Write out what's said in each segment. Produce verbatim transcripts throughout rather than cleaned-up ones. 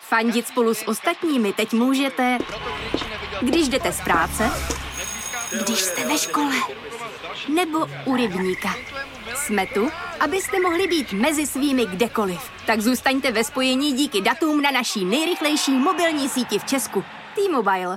Fandit spolu s ostatními teď můžete, když jdete z práce, když jste ve škole, nebo u rybníka. Jsme tu, abyste mohli být mezi svými kdekoliv. Tak zůstaňte ve spojení díky datům na naší nejrychlejší mobilní síti v Česku. T-Mobile.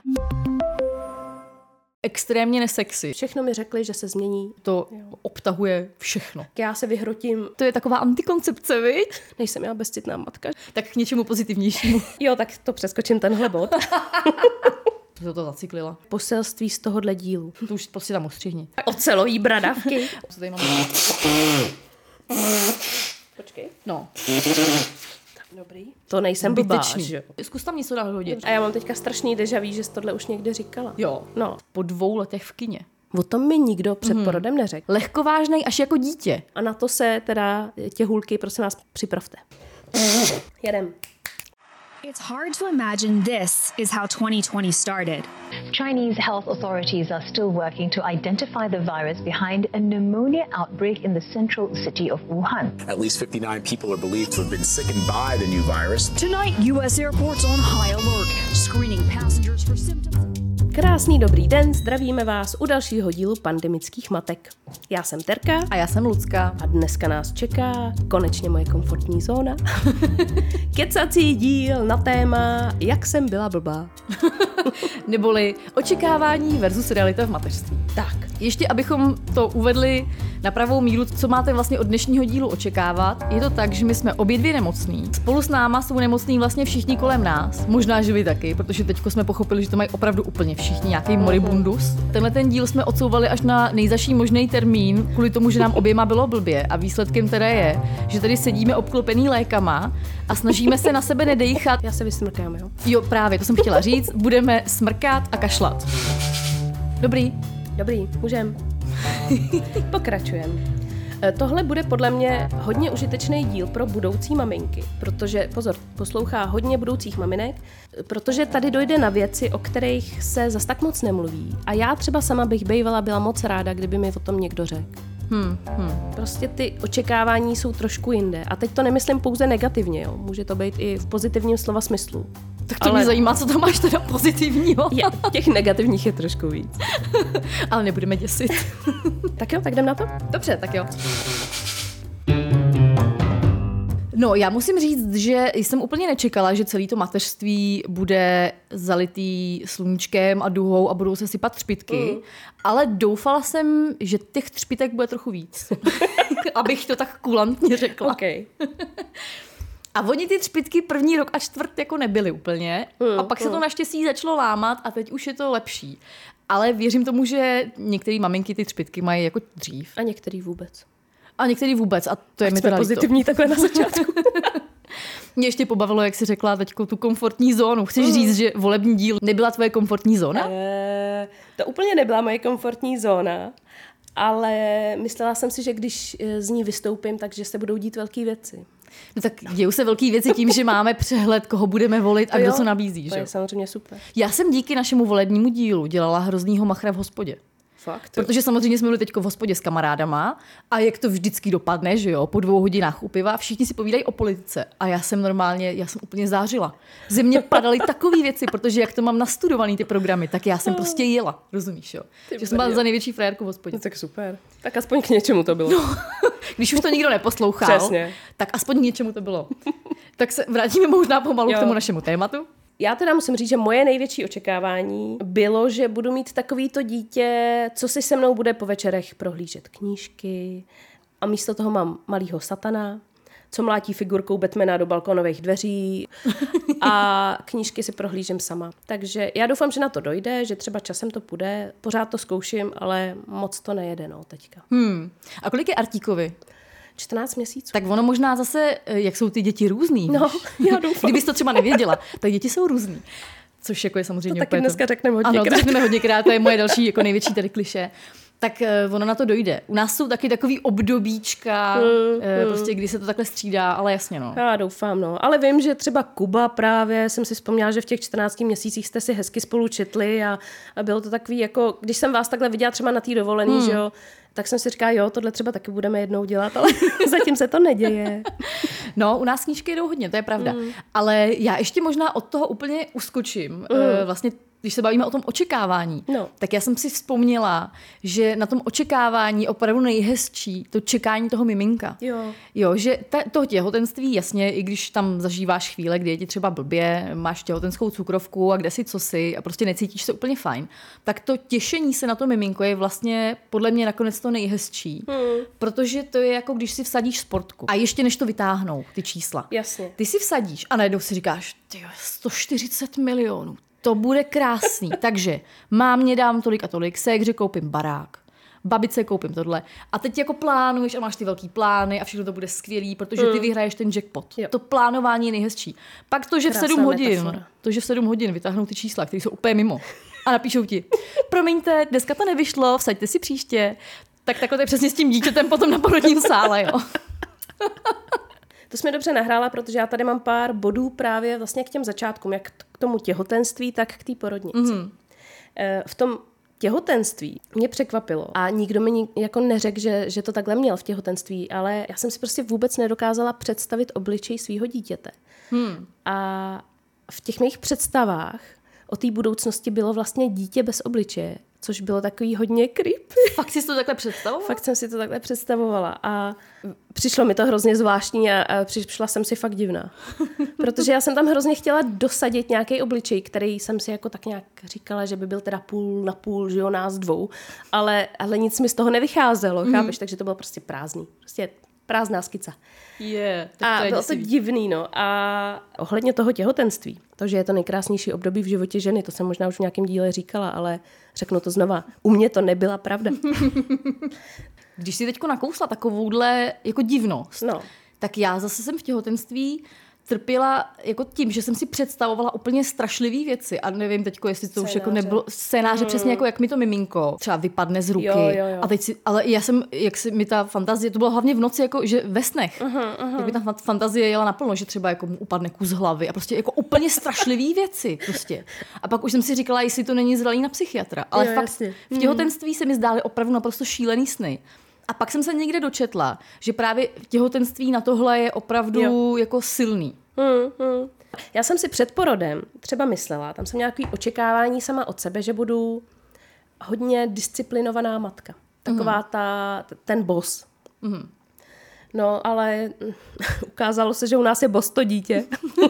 Extrémně nesexy. Všechno mi řekli, že se změní. To jo. Obtahuje všechno. Já se vyhrotím. To je taková antikoncepce, viď? Nejsem já bezcitná matka. Tak k něčemu pozitivnějšímu. Jo, tak to přeskočím tenhle bod. To to zacyklila. Poselství z tohohle dílu. To už prostě tam ostřihni. Ocelový bradavky. Co tady máme? Počkej. No. Dobrý. To nejsem blbá, že jo? Zkus tam něco dát hodit. A já mám teďka strašný deja vu, že jsi tohle už někde říkala. Jo. No. Po dvou letech v kině. O tom mi nikdo před mm. porodem neřekl. Lehkovážnej až jako dítě. A na to se teda těhulky, prosím vás, připravte. Jedem. It's hard to imagine this is how twenty twenty started. Chinese health authorities are still working to identify the virus behind a pneumonia outbreak in the central city of Wuhan. At least fifty-nine people are believed to have been sickened by the new virus. Tonight, U S airports on high alert, screening passengers for symptoms. Krásný dobrý den, zdravíme vás u dalšího dílu Pandemických matek. Já jsem Terka. A já jsem Lucka. A dneska nás čeká konečně moje komfortní zóna. Kecací díl na téma Jak jsem byla blbá. Neboli očekávání versus realita v mateřství. Tak, ještě abychom to uvedli na pravou míru, co máte vlastně od dnešního dílu očekávat, je to tak, že my jsme obě dvě nemocní. Spolu s náma jsou nemocní vlastně všichni kolem nás. Možná, že vy taky, protože teďko jsme pochopili, že to mají opravdu úplně všichni, nějaký moribundus. Tenhle ten díl jsme odsouvali až na nejzaší možný termín, kvůli tomu, že nám oběma bylo blbě. A výsledkem teda je, že tady sedíme obklopený lékama a snažíme se na sebe nedejchat. Já se vysmrkám, jo? Jo, právě, to jsem chtěla říct. Budeme smrkat a kašlat. Dobrý. Dobrý, můžem. Pokračujeme. Tohle bude podle mě hodně užitečný díl pro budoucí maminky, protože, pozor, poslouchá hodně budoucích maminek, protože tady dojde na věci, o kterých se zas tak moc nemluví. A já třeba sama bych bývala byla moc ráda, kdyby mi o tom někdo řekl. Hmm, hmm. Prostě ty očekávání jsou trošku jinde. A teď to nemyslím pouze negativně, jo. Může to být i v pozitivním slova smyslu. Tak to ale... mě zajímá, co tam máš teda pozitivního. Je, těch negativních je trošku víc. Ale nebudeme děsit. Tak jo, tak jdem na to? Dobře, tak jo. No, já musím říct, že jsem úplně nečekala, že celé to mateřství bude zalitý sluníčkem a duhou a budou se sypat třpytky, mm. ale doufala jsem, že těch třpytek bude trochu víc. Abych to tak kulantně řekla. Okay. A oni ty třpytky první rok a čtvrt jako nebyly úplně. Mm, a pak mm. se to naštěstí začalo lámat a teď už je to lepší. Ale věřím tomu, že některé maminky ty třpytky mají jako dřív. A některý vůbec. A některý vůbec. A to je Ať mi teda pozitivní líto. takhle na začátku. Mě ještě pobavilo, jak jsi řekla teďko tu komfortní zónu. Chceš mm. říct, že volební díl nebyla tvoje komfortní zóna? E, to úplně nebyla moje komfortní zóna, ale myslela jsem si, že když z ní vystoupím, takže se budou dít velké věci. No tak dějou se velké věci tím, že máme přehled, koho budeme volit a to kdo jo, co nabízí. To že? je samozřejmě super. Já jsem díky našemu volebnímu dílu dělala hroznýho machra v hospodě. Fakt, Protože samozřejmě jsme byli teďko v hospodě s kamarádama a jak to vždycky dopadne, že jo, po dvou hodinách u piva, všichni si povídají o politice a já jsem normálně, já jsem úplně zářila. Ze mě padaly takové věci, protože jak to mám nastudovaný ty programy, tak já jsem prostě jela, rozumíš, jo. Ty že jsem byla za největší frérku v hospodě. No tak super. Tak aspoň k něčemu to bylo. No, když už to nikdo neposlouchal, Přesně. tak aspoň k něčemu to bylo. Tak se vrátíme možná pomalu jo. k tomu našemu tématu. Já teda musím říct, že moje největší očekávání bylo, že budu mít takovýto dítě, co si se mnou bude po večerech prohlížet knížky a místo toho mám malýho satana, co mlátí figurkou Batmana do balkonových dveří a knížky si prohlížím sama. Takže já doufám, že na to dojde, že třeba časem to půjde, pořád to zkouším, ale moc to nejede, no, teďka. Hmm. A kolik je Artíkovi? čtrnáct měsíců. Tak ono možná zase, jak jsou ty děti různý. No, já doufám. Kdybys to třeba nevěděla, tak děti jsou různý. Což jako je samozřejmě to taky dneska řekneme hodněkrát. Ano, to řekneme hodněkrát, to je moje další jako největší tady klišé. tak uh, ono na to dojde. U nás jsou taky takový obdobíčka, mm, uh, mm. prostě kdy se to takhle střídá, ale jasně no. Já doufám, no. Ale vím, že třeba Kuba právě, jsem si vzpomněla, že v těch čtrnácti měsících jste si hezky spolu četli a, a bylo to takový jako, když jsem vás takhle viděla třeba na té dovolený, mm. že jo, tak jsem si říkala, jo, tohle třeba taky budeme jednou dělat, ale zatím se to neděje. No, u nás knížky jdou hodně, to je pravda. Mm. Ale já ještě možná od toho úplně uskočím. Mm. Vlastně, když se bavíme o tom očekávání, no. tak já jsem si vzpomněla, že na tom očekávání opravdu nejhezčí to čekání toho miminka. Jo. Jo, že ta, to těhotenství, jasně, i když tam zažíváš chvíle, kdy je ti třeba blbě, máš těhotenskou cukrovku a kde si co si a prostě necítíš se úplně fajn, tak to těšení se na to miminko je vlastně podle mě nakonec to nejhezčí. Hmm. Protože to je jako když si vsadíš sportku a ještě než to vytáhnou, ty čísla. Jasně. Ty si vsadíš a najednou si říkáš, tyjo, sto čtyřicet milionů. To bude krásný. Takže mámě dám tolik a tolik, ségře koupím barák, babice koupím tohle. A teď jako plánuješ a máš ty velký plány a všechno to bude skvělý, protože ty vyhraješ ten jackpot. Jo. To plánování je nejhezčí. Pak to, že v sedm hodin, to, že v sedm hodin vytáhnou ty čísla, které jsou úplně mimo a napíšou ti, promiňte, dneska to nevyšlo, vsaďte si příště. Tak takhle to je přesně s tím dítětem potom na porodním sále, jo. To jsi mi dobře nahrála, protože já tady mám pár bodů právě vlastně k těm začátkům, jak k tomu těhotenství, tak k té porodnici. Mm-hmm. V tom těhotenství mě překvapilo a nikdo mi jako neřekl, že, že to takhle měl v těhotenství, ale já jsem si prostě vůbec nedokázala představit obličej svého dítěte. Hmm. A v těch mých představách o té budoucnosti bylo vlastně dítě bez obličeje, což bylo takový hodně creepy. Fakt jsi to takhle představovala? Fakt jsem si to takhle představovala a přišlo mi to hrozně zvláštní a, a přišla jsem si fakt divná. Protože já jsem tam hrozně chtěla dosadit nějaký obličej, který jsem si jako tak nějak říkala, že by byl teda půl na půl, že jo, nás dvou, ale, ale nic mi z toho nevycházelo, mm. chápeš, takže to bylo prostě prázdný. Prostě prázdná skica. Yeah, a to je bylo děsivý. to divný, no. A ohledně toho těhotenství, to, že je to nejkrásnější období v životě ženy, to jsem možná už v nějakém díle říkala, ale řeknu to znova. U mě to nebyla pravda. Když si teďko nakousla takovouhle jako divnost, no. tak já zase jsem v těhotenství trpěla jako tím, že jsem si představovala úplně strašlivý věci a nevím teďko, jestli to scénáře. Už jako nebylo scénáře, mm. přesně jako jak mi to miminko třeba vypadne z ruky. Jo, jo, jo. A teď si, ale já jsem, jak si mi ta fantazie, to bylo hlavně v noci, jako že ve snech, uh-huh, uh-huh. jak mi ta fantazie jela naplno, že třeba jako mu upadne kus hlavy a prostě jako úplně strašlivý věci prostě. A pak už jsem si říkala, jestli to není zralý na psychiatra, ale jo, fakt jasně. v těhotenství se mi zdály opravdu naprosto šílený sny. A pak jsem se někde dočetla, že právě těhotenství na tohle je opravdu jo. jako silný. Hmm, hmm. Já jsem si před porodem třeba myslela, tam jsem měla takový očekávání sama od sebe, že budu hodně disciplinovaná matka. Taková mm. ta, ten boss. Mm. No, ale ukázalo se, že u nás je boss to dítě.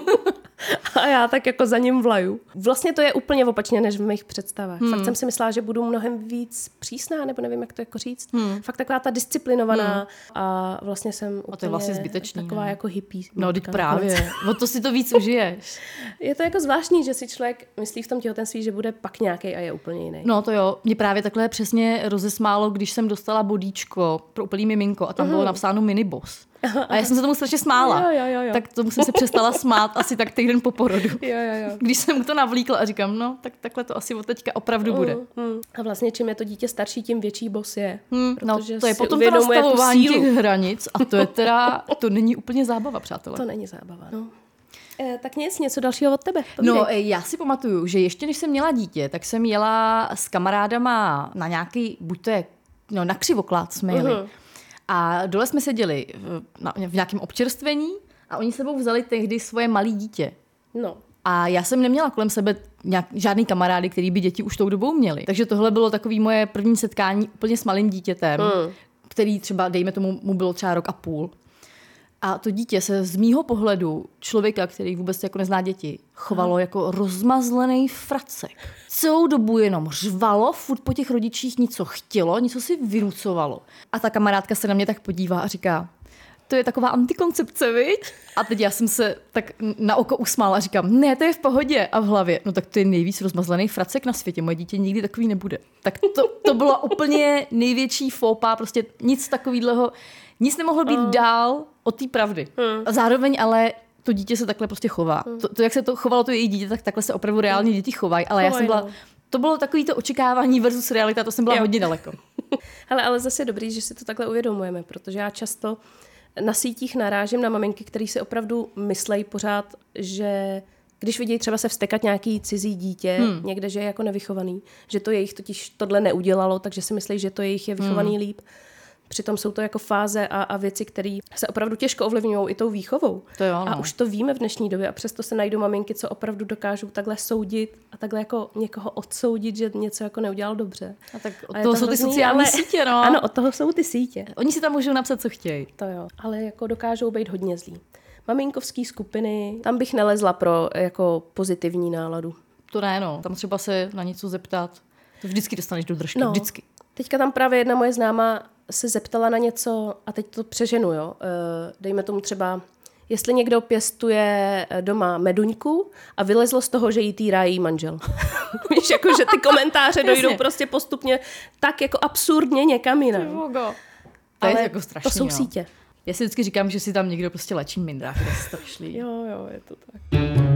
A já tak jako za ním vlaju. Vlastně to je úplně opačně, než v mých představách. Hmm. Fakt jsem si myslela, že budu mnohem víc přísná, nebo nevím, jak to jako říct. Hmm. Fakt taková ta disciplinovaná hmm. a vlastně jsem úplně a to je vlastně zbytečný, taková ne? Jako hippie. No, teď právě. O to si to víc užiješ. Je to jako zvláštní, že si člověk myslí v tom těhotenství, že bude pak nějaký a je úplně jiný. No to jo. Mě právě takhle přesně rozesmálo, když jsem dostala bodíčko pro úplný miminko a tam bylo napsáno miniboss. A já jsem se tomu strašně smála. Jo, jo, jo, jo. Tak tomu jsem se přestala smát asi tak týden po porodu. Jo, jo, jo. Když jsem to navlíkla a říkám, no, tak takhle to asi od teďka opravdu bude. Mm, mm. A vlastně čím je to dítě starší, tím větší boss je. Hmm, no, to je potom to nastavování těch hranic a to je teda, to není úplně zábava, přátelé. To není zábava, no. E, tak nic, něco dalšího od tebe. Povídej. No, já si pamatuju, že ještě než jsem měla dítě, tak jsem jela s kamarádama na nějaký, buď to je, no, na Křivoklát jsme jeli. Uh-huh. A dole jsme seděli v, na, v nějakém občerstvení a oni sebou vzali tehdy svoje malé dítě. No. A já jsem neměla kolem sebe nějak, žádný kamarády, který by děti už tou dobou měli. Takže tohle bylo takový moje první setkání úplně s malým dítětem, mm. který třeba, dejme tomu, mu bylo třeba rok a půl. A to dítě se z mýho pohledu člověka, který vůbec jako nezná děti, chovalo jako rozmazlený fracek. Celou dobu jenom řvalo, furt po těch rodičích něco chtělo, něco si vyrucovalo. A ta kamarádka se na mě tak podívá a říká, to je taková antikoncepce, viď? A teď já jsem se tak na oko usmála a říkám, ne, to je v pohodě. A v hlavě, no tak to je nejvíc rozmazlený fracek na světě, moje dítě nikdy takový nebude. Tak to, to bylo úplně největší fópa, prostě nic takového, nic nemohlo být uh. dál od té pravdy. Uh. A zároveň ale to dítě se takhle prostě chová. Uh. To, to, jak se to chovalo to její dítě, tak takhle se opravdu reálně děti chovají. Ale Chovaj, já jsem byla, no. to bylo takový to očekávání versus realita, to jsem byla jo. hodně daleko. Hele, ale zase dobrý, že si to takhle uvědomujeme, protože já často na sítích narážím na maminky, který si opravdu myslejí pořád, že když vidí třeba se vztekat nějaký cizí dítě, hmm. někde, že je jako nevychovaný, že to jejich totiž tohle neudělalo, takže si myslí, že to jejich je vychovaný hmm. líp. Přitom jsou to jako fáze a, a věci, které se opravdu těžko ovlivňují i tou výchovou. To jo, no. A už to víme v dnešní době a přesto se najdou maminky, co opravdu dokážou takhle soudit a takhle jako někoho odsoudit, že něco jako neudělal dobře. A tak od a toho to jsou hrozný, ty sociální ale... sítě, no. Ano, od toho jsou ty sítě. Oni si tam můžou napsat, co chtějí. To jo, ale jako dokážou být hodně zlí. Maminkovský skupiny, tam bych nelezla pro jako pozitivní náladu. To ne, no. Tam třeba se na něco zeptat. To vždycky dostaneš do držky, no. vždycky. Teďka tam právě jedna moje známá se zeptala na něco, a teď to přeženu, jo. Dejme tomu třeba, jestli někdo pěstuje doma meduňku a vylezlo z toho, že jí týrá její manžel. Víš, jako, že ty komentáře dojdou Jasně. prostě postupně tak jako absurdně někam jinam. To je Ale jako strašný, to jsou no. sítě. Já si vždycky říkám, že si tam někdo prostě lečí mindrách, to je strašný. Jo, jo, je to tak.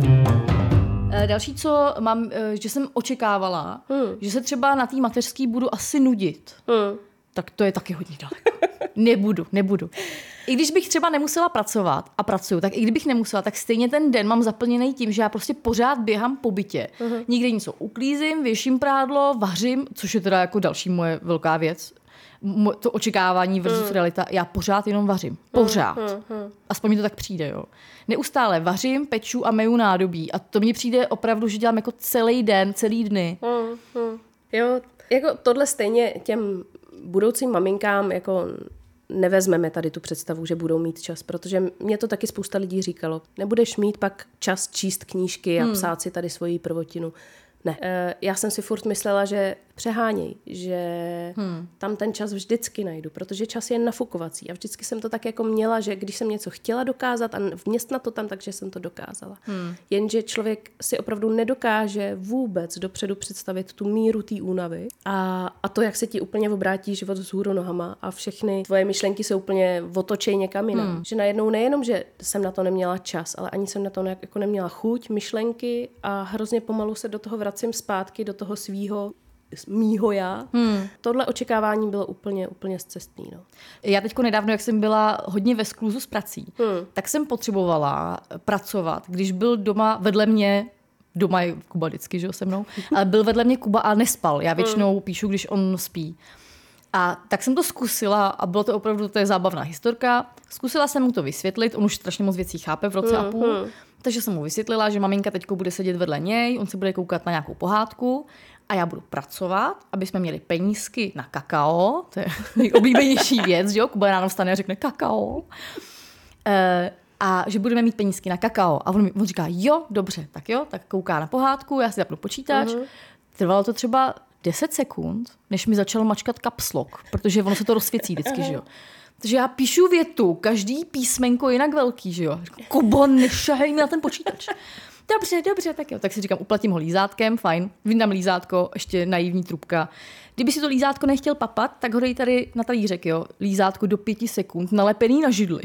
Další, co mám, že jsem očekávala, hmm. že se třeba na té mateřský budu asi nudit. Hmm. Tak to je taky hodně daleko. Nebudu, nebudu. I když bych třeba nemusela pracovat a pracuju, tak i kdybych nemusela, tak stejně ten den mám zaplněný tím, že já prostě pořád běhám po bytě. Uh-huh. Někde něco uklízím, věším prádlo, vařím, což je teda jako další moje velká věc. Mo- to očekávání versus uh. realita. Já pořád jenom vařím. Pořád. Uh-huh. Aspoň mi to tak přijde, jo. Neustále vařím, peču a meju nádobí. A to mně přijde opravdu, že dělám jako celý den, celý dny. Uh-huh. Jo, jako tohle stejně těm budoucím maminkám jako nevezmeme tady tu představu, že budou mít čas, protože mě to taky spousta lidí říkalo. Nebudeš mít pak čas číst knížky a hmm. psát si tady svoji prvotinu. Ne. E, já jsem si furt myslela, že přeháněj, že hmm. tam ten čas vždycky najdu, protože čas je nafukovací a vždycky jsem to tak jako měla, že když jsem něco chtěla dokázat a vměstnat to tam, takže jsem to dokázala. Hmm. Jenže člověk si opravdu nedokáže vůbec dopředu představit tu míru té únavy a, a to, jak se ti úplně obrátí život vzhůru nohama a všechny tvoje myšlenky se úplně otočej někam jinam. Hmm. Že najednou nejenom, že jsem na to neměla čas, ale ani jsem na to ne, jako neměla chuť, myšlenky a hrozně pomalu se do toho vracím zpátky, do toho svýho mýho já. Hmm. Tohle očekávání bylo úplně, úplně zcestný. No. Já teďko nedávno, jak jsem byla hodně ve skluzu s prací, hmm. tak jsem potřebovala pracovat, když byl doma vedle mě, doma je Kuba vždycky, že jo, se mnou, ale byl vedle mě Kuba a nespal. Já většinou hmm. píšu, když on spí. A tak jsem to zkusila a bylo to opravdu, to je zábavná historka. Zkusila jsem mu to vysvětlit, on už strašně moc věcí chápe v roce hmm. a půl. Hmm. Takže jsem mu vysvětlila, že maminka teďko bude sedět vedle něj, on se bude koukat na nějakou pohádku a já budu pracovat, aby jsme měli penízky na kakao, to je nejoblíbenější věc, že jo, Kuba ráno vstane a řekne kakao. E, a že budeme mít penízky na kakao. A on, on říká, jo, dobře, tak jo, tak kouká na pohádku, já si zapnu počítač. Uh-huh. Trvalo to třeba deset sekund, než mi začal mačkat caps lock, protože ono se to rozsvěcí vždycky, že jo. Takže já píšu větu, každý písmenko jinak velký, že jo. Kubo, nešahej mi na ten počítač. Dobře, dobře, tak jo. Tak si říkám, uplatím ho lízátkem, fajn. Vyndám lízátko, ještě naivní trubka. Kdyby si to lízátko nechtěl papat, tak ho dej tady na talířek, jo. Lízátko do pěti sekund, nalepený na židli.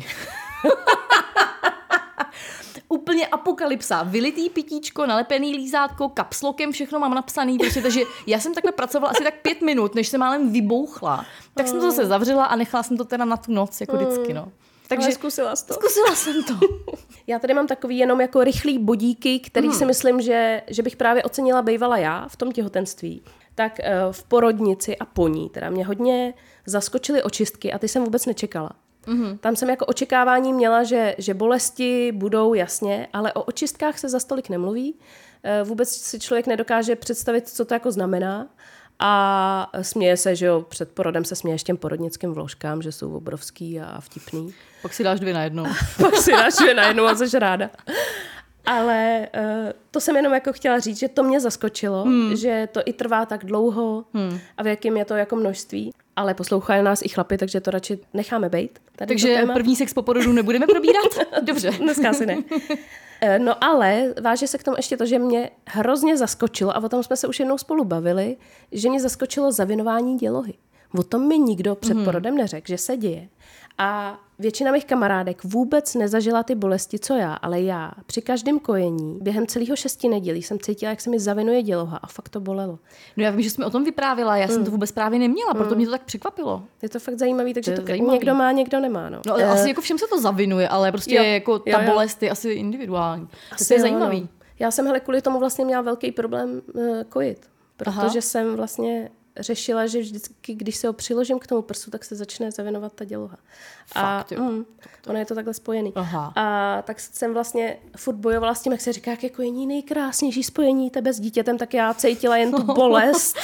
Úplně apokalypsa. Vylitý pitíčko, nalepený lízátko, kapslokem, všechno mám napsaný. Prostě, takže já jsem takhle pracovala asi tak pět minut, než jsem málem vybouchla. Tak jsem to zase zavřela a nechala jsem to teda na tu noc, jako vždycky, no. Takže ale zkusila jsi to. Zkusila jsem to. Já tady mám takový jenom jako rychlý bodíky, který hmm. si myslím, že, že bych právě ocenila bývala já v tom těhotenství. Tak uh, v porodnici a po ní, teda mě hodně zaskočily očistky a ty jsem vůbec nečekala. Mm-hmm. Tam jsem jako očekávání měla, že, že bolesti budou jasně, ale o očistkách se za stolik nemluví. Uh, vůbec si člověk nedokáže představit, co to jako znamená. A směje se, že jo, před porodem se směješ těm porodnickým vložkám, že jsou obrovský a vtipný. Pak si dáš dvě na jednou. Pak si dáš dvě na jednou a jsi ráda. Ale uh, to jsem jenom jako chtěla říct, že to mě zaskočilo, hmm. že to i trvá tak dlouho hmm. a v jakém je to jako množství. Ale poslouchají nás i chlapi, takže to radši necháme bejt. Tady takže první sex po porodu nebudeme probírat? Dobře. Dneska asi ne. No ale váže se k tomu ještě to, že mě hrozně zaskočilo, a o tom jsme se už jednou spolu bavili, že mě zaskočilo zavinování dělohy. O tom mi nikdo před mm. porodem neřekl, že se děje. A většina mých kamarádek vůbec nezažila ty bolesti, co já, ale já při každém kojení během celého šesti nedělí jsem cítila, jak se mi zavinuje děloha a fakt to bolelo. No já vím, že jsi mi o tom vyprávila, já mm. jsem to vůbec právě neměla, proto mm. mě to tak překvapilo. Je to fakt zajímavý, takže to, to zajímavý. Někdo má, někdo nemá. No, no uh, asi jako všem se to zavinuje, ale prostě jo, jako ta jo, jo. bolest je asi individuální. Asi to je jo, zajímavý. No. Já jsem hele kvůli tomu vlastně měla velký problém uh, kojit, protože Aha. jsem vlastně řešila, že vždycky, když se ho přiložím k tomu prsu, tak se začne zavinovat ta děloha. Fakt, a mm, ono je to takhle spojený. Aha. A tak jsem vlastně furt bojovala s tím, jak se říká, jak je kojení nejkrásnější spojení tebe s dítětem, tak já cítila jen tu bolest.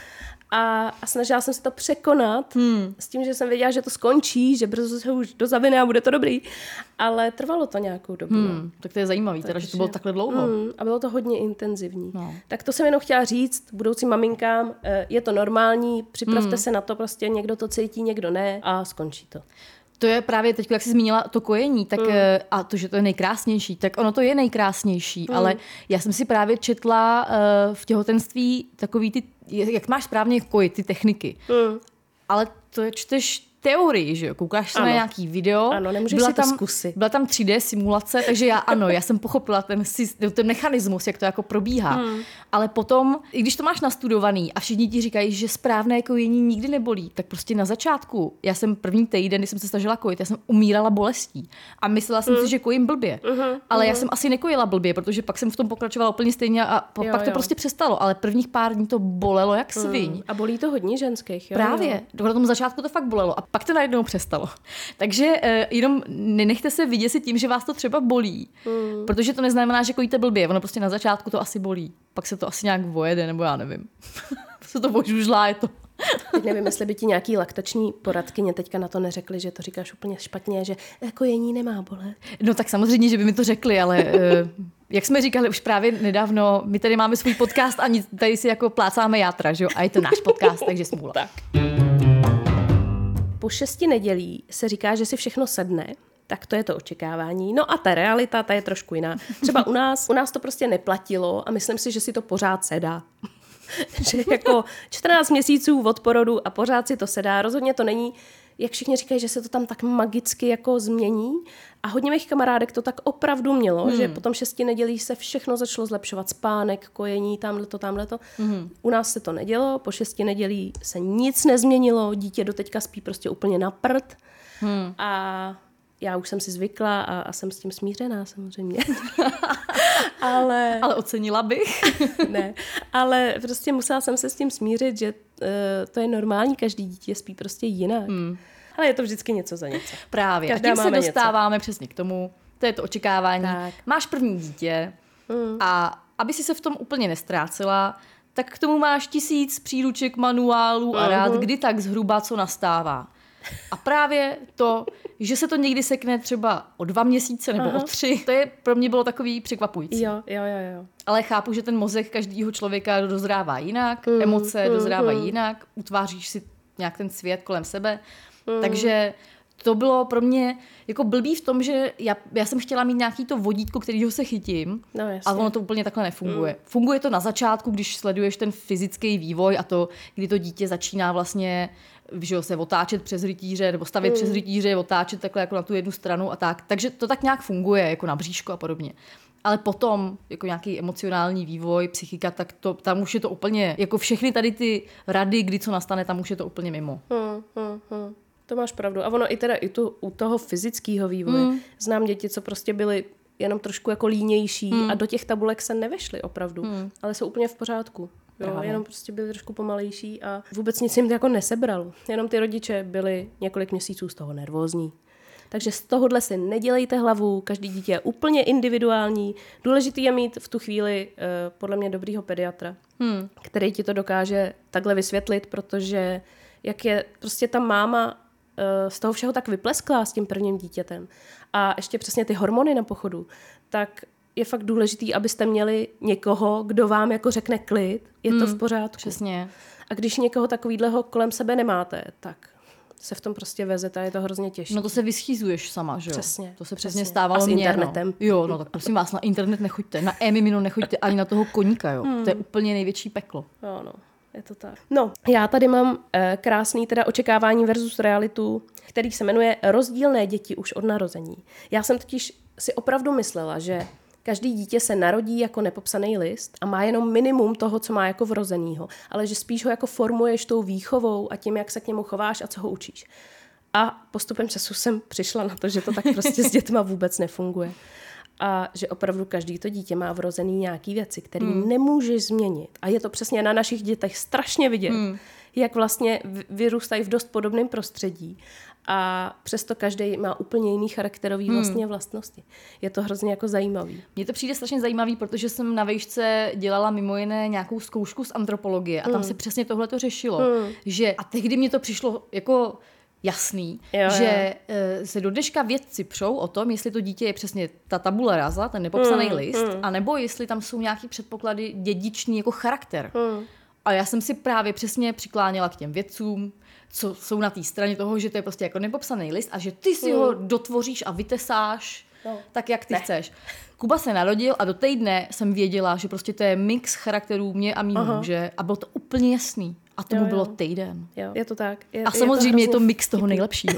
A, a snažila jsem se to překonat hmm. s tím, že jsem věděla, že to skončí, že brzo se už dozavine a bude to dobrý. Ale trvalo to nějakou dobu. Hmm. Tak to je zajímavý, teda, že to bylo takhle dlouho. Hmm. A bylo to hodně intenzivní. No. Tak to jsem jenom chtěla říct budoucím maminkám, je to normální, připravte hmm. se na to, prostě někdo to cítí, někdo ne a skončí to. To je právě teď, jak jsi zmínila to kojení, tak, mm. a to, že to je nejkrásnější, tak ono to je nejkrásnější, mm. ale já jsem si právě četla uh, v těhotenství takový ty, jak máš správně kojit, ty techniky. Mm. Ale to je, čteš teorii, že jo, koukáš se ano. na nějaký video. Ano, nemůžeš byla si to tam, zkusit. Byla tam tři dé simulace, takže já ano, já jsem pochopila ten, ten mechanismus, jak to jako probíhá. Hmm. Ale potom, i když to máš nastudovaný a všichni ti říkají, že správné kojení nikdy nebolí, tak prostě na začátku, já jsem první týden, když jsem se snažila kojit, já jsem umírala bolestí. A myslela jsem hmm. si, že kojím blbě. Uh-huh, ale uh-huh. já jsem asi nekojila blbě, protože pak jsem v tom pokračovala úplně stejně a po, jo, pak to jo. prostě přestalo. Ale prvních pár dní to bolelo jak sviň. Hmm. A bolí to hodně ženských. Jo, právě. Jo. Na tom začátku to fakt bolelo. A pak to najednou přestalo. Takže uh, jenom nenechte se vidět tím, že vás to třeba bolí. Mm. Protože to neznamená, že kojíte blbě. Ono prostě na začátku to asi bolí. Pak se to asi nějak vojede, nebo já nevím. se to božužlá, je to. Teď nevím, jestli by ti nějaký laktační poradkyně teďka na to neřekli, že to říkáš úplně špatně, že kojení nemá bolet. No tak samozřejmě, že by mi to řekli, ale uh, jak jsme říkali už právě nedávno, my tady máme svůj podcast a tady si jako plácáme játra, že jo? A je to náš podcast, takže smůla. Tak. Po šesti nedělí se říká, že si všechno sedne, tak to je to očekávání. No a ta realita, ta je trošku jiná. Třeba u nás, u nás to prostě neplatilo a myslím si, že si to pořád sedá. Že jako čtrnáct měsíců od porodu a pořád si to sedá. Rozhodně to není, jak všichni říkají, že se to tam tak magicky jako změní. A hodně mých kamarádek to tak opravdu mělo, hmm. že po tom šesti nedělí se všechno začalo zlepšovat. Spánek, kojení, tamhleto, tamhleto. Hmm. U nás se to nedělo, po šesti nedělí se nic nezměnilo, dítě doteďka spí prostě úplně na prd. Hmm. A já už jsem si zvykla a, a jsem s tím smířená samozřejmě. ale... ale ocenila bych. ne, ale prostě musela jsem se s tím smířit, že uh, to je normální, každý dítě spí prostě jinak. Hmm. Ale je to vždycky něco za něco. Právě. Každá a tím se dostáváme něco. Přesně k tomu, to je to očekávání. Tak. Máš první dítě hmm. a aby si se v tom úplně nestrácela, tak k tomu máš tisíc příruček, manuálů a rád, kdy tak zhruba co nastává. A právě to, že se to někdy sekne třeba o dva měsíce nebo Aha. o tři, to je pro mě bylo takový překvapující. Jo, jo, jo, jo. Ale chápu, že ten mozek každého člověka dozrává jinak, mm, emoce mm, dozrávají mm. jinak, utváříš si nějak ten svět kolem sebe. Mm. Takže to bylo pro mě jako blbý v tom, že já, já jsem chtěla mít nějaký to vodítko, kterýho se chytím, no, a ono to úplně takhle nefunguje. Mm. Funguje to na začátku, když sleduješ ten fyzický vývoj a to, kdy to dítě začíná vlastně že se otáčet přes rytíře, nebo stavět mm. přes rytíře, otáčet takhle jako na tu jednu stranu a tak. Takže to tak nějak funguje, jako na bříško a podobně. Ale potom, jako nějaký emocionální vývoj, psychika, tak to, tam už je to úplně, jako všechny tady ty rady, kdy co nastane, tam už je to úplně mimo. Hmm, hmm, hmm. To máš pravdu. A ono i teda i tu, u toho fyzického vývoje. Hmm. Znám děti, co prostě byly jenom trošku jako línější hmm. a do těch tabulek se nevešly opravdu. Hmm. Ale jsou úplně v pořádku. Jo, jenom prostě byli trošku pomalejší a vůbec nic jim to jako nesebralo. Jenom ty rodiče byli několik měsíců z toho nervózní. Takže z tohohle si nedělejte hlavu, každý dítě je úplně individuální. Důležitý je mít v tu chvíli uh, podle mě dobrýho pediatra, hmm. který ti to dokáže takhle vysvětlit, protože jak je prostě ta máma uh, z toho všeho tak vyplesklá s tím prvním dítětem a ještě přesně ty hormony na pochodu, tak je fakt důležitý, abyste měli někoho, kdo vám jako řekne klid, je to hmm, v pořádku. Přesně. A když někoho takovýhleho kolem sebe nemáte, tak se v tom prostě vezete a je to hrozně těžké. No to se vyschýzuješ sama, že jo? Přesně. To se přesně, přesně stávalo a s mě. internetem. No. Jo, no tak prosím vás, na internet nechoďte, na e-mimino nechoďte, ani na toho koníka, jo. Hmm. To je úplně největší peklo. Jo, no. je to tak. No, já tady mám eh, krásný teda očekávání versus realitu, který se jmenuje Rozdílné děti už od narození. Já jsem totiž si opravdu myslela, že každý dítě se narodí jako nepopsaný list a má jenom minimum toho, co má jako vrozenýho, ale že spíš ho jako formuješ tou výchovou a tím, jak se k němu chováš a co ho učíš. A postupem času jsem přišla na to, že to tak prostě s dětma vůbec nefunguje. A že opravdu každý to dítě má vrozený nějaký věci, které hmm. nemůžeš změnit. A je to přesně na našich dětech strašně vidět, hmm. jak vlastně vyrůstají v dost podobném prostředí. A přesto každý má úplně jiný charakterový hmm. vlastně vlastnosti. Je to hrozně jako zajímavý. Mně to přijde strašně zajímavý, protože jsem na výšce dělala mimo jiné nějakou zkoušku z antropologie a tam hmm. se přesně tohle to řešilo. Hmm. Že, a tehdy mně to přišlo jako jasný, jo, že jo. se do dneška vědci přou o tom, jestli to dítě je přesně ta tabula rasa, ten nepopsaný mm, list, mm. anebo jestli tam jsou nějaký předpoklady dědičný jako charakter. Mm. A já jsem si právě přesně přikláněla k těm vědcům, co jsou na té straně toho, že to je prostě jako nepopsaný list a že ty si mm. ho dotvoříš a vytesáš no. tak, jak ty ne. chceš. Kuba se narodil a do té dne jsem věděla, že prostě to je mix charakterů mě a mý muže a bylo to úplně jasný. A tomu jo, jo. bylo týden. Jo, je to tak. Je, a samozřejmě je to, je to mix toho vtipný. nejlepšího.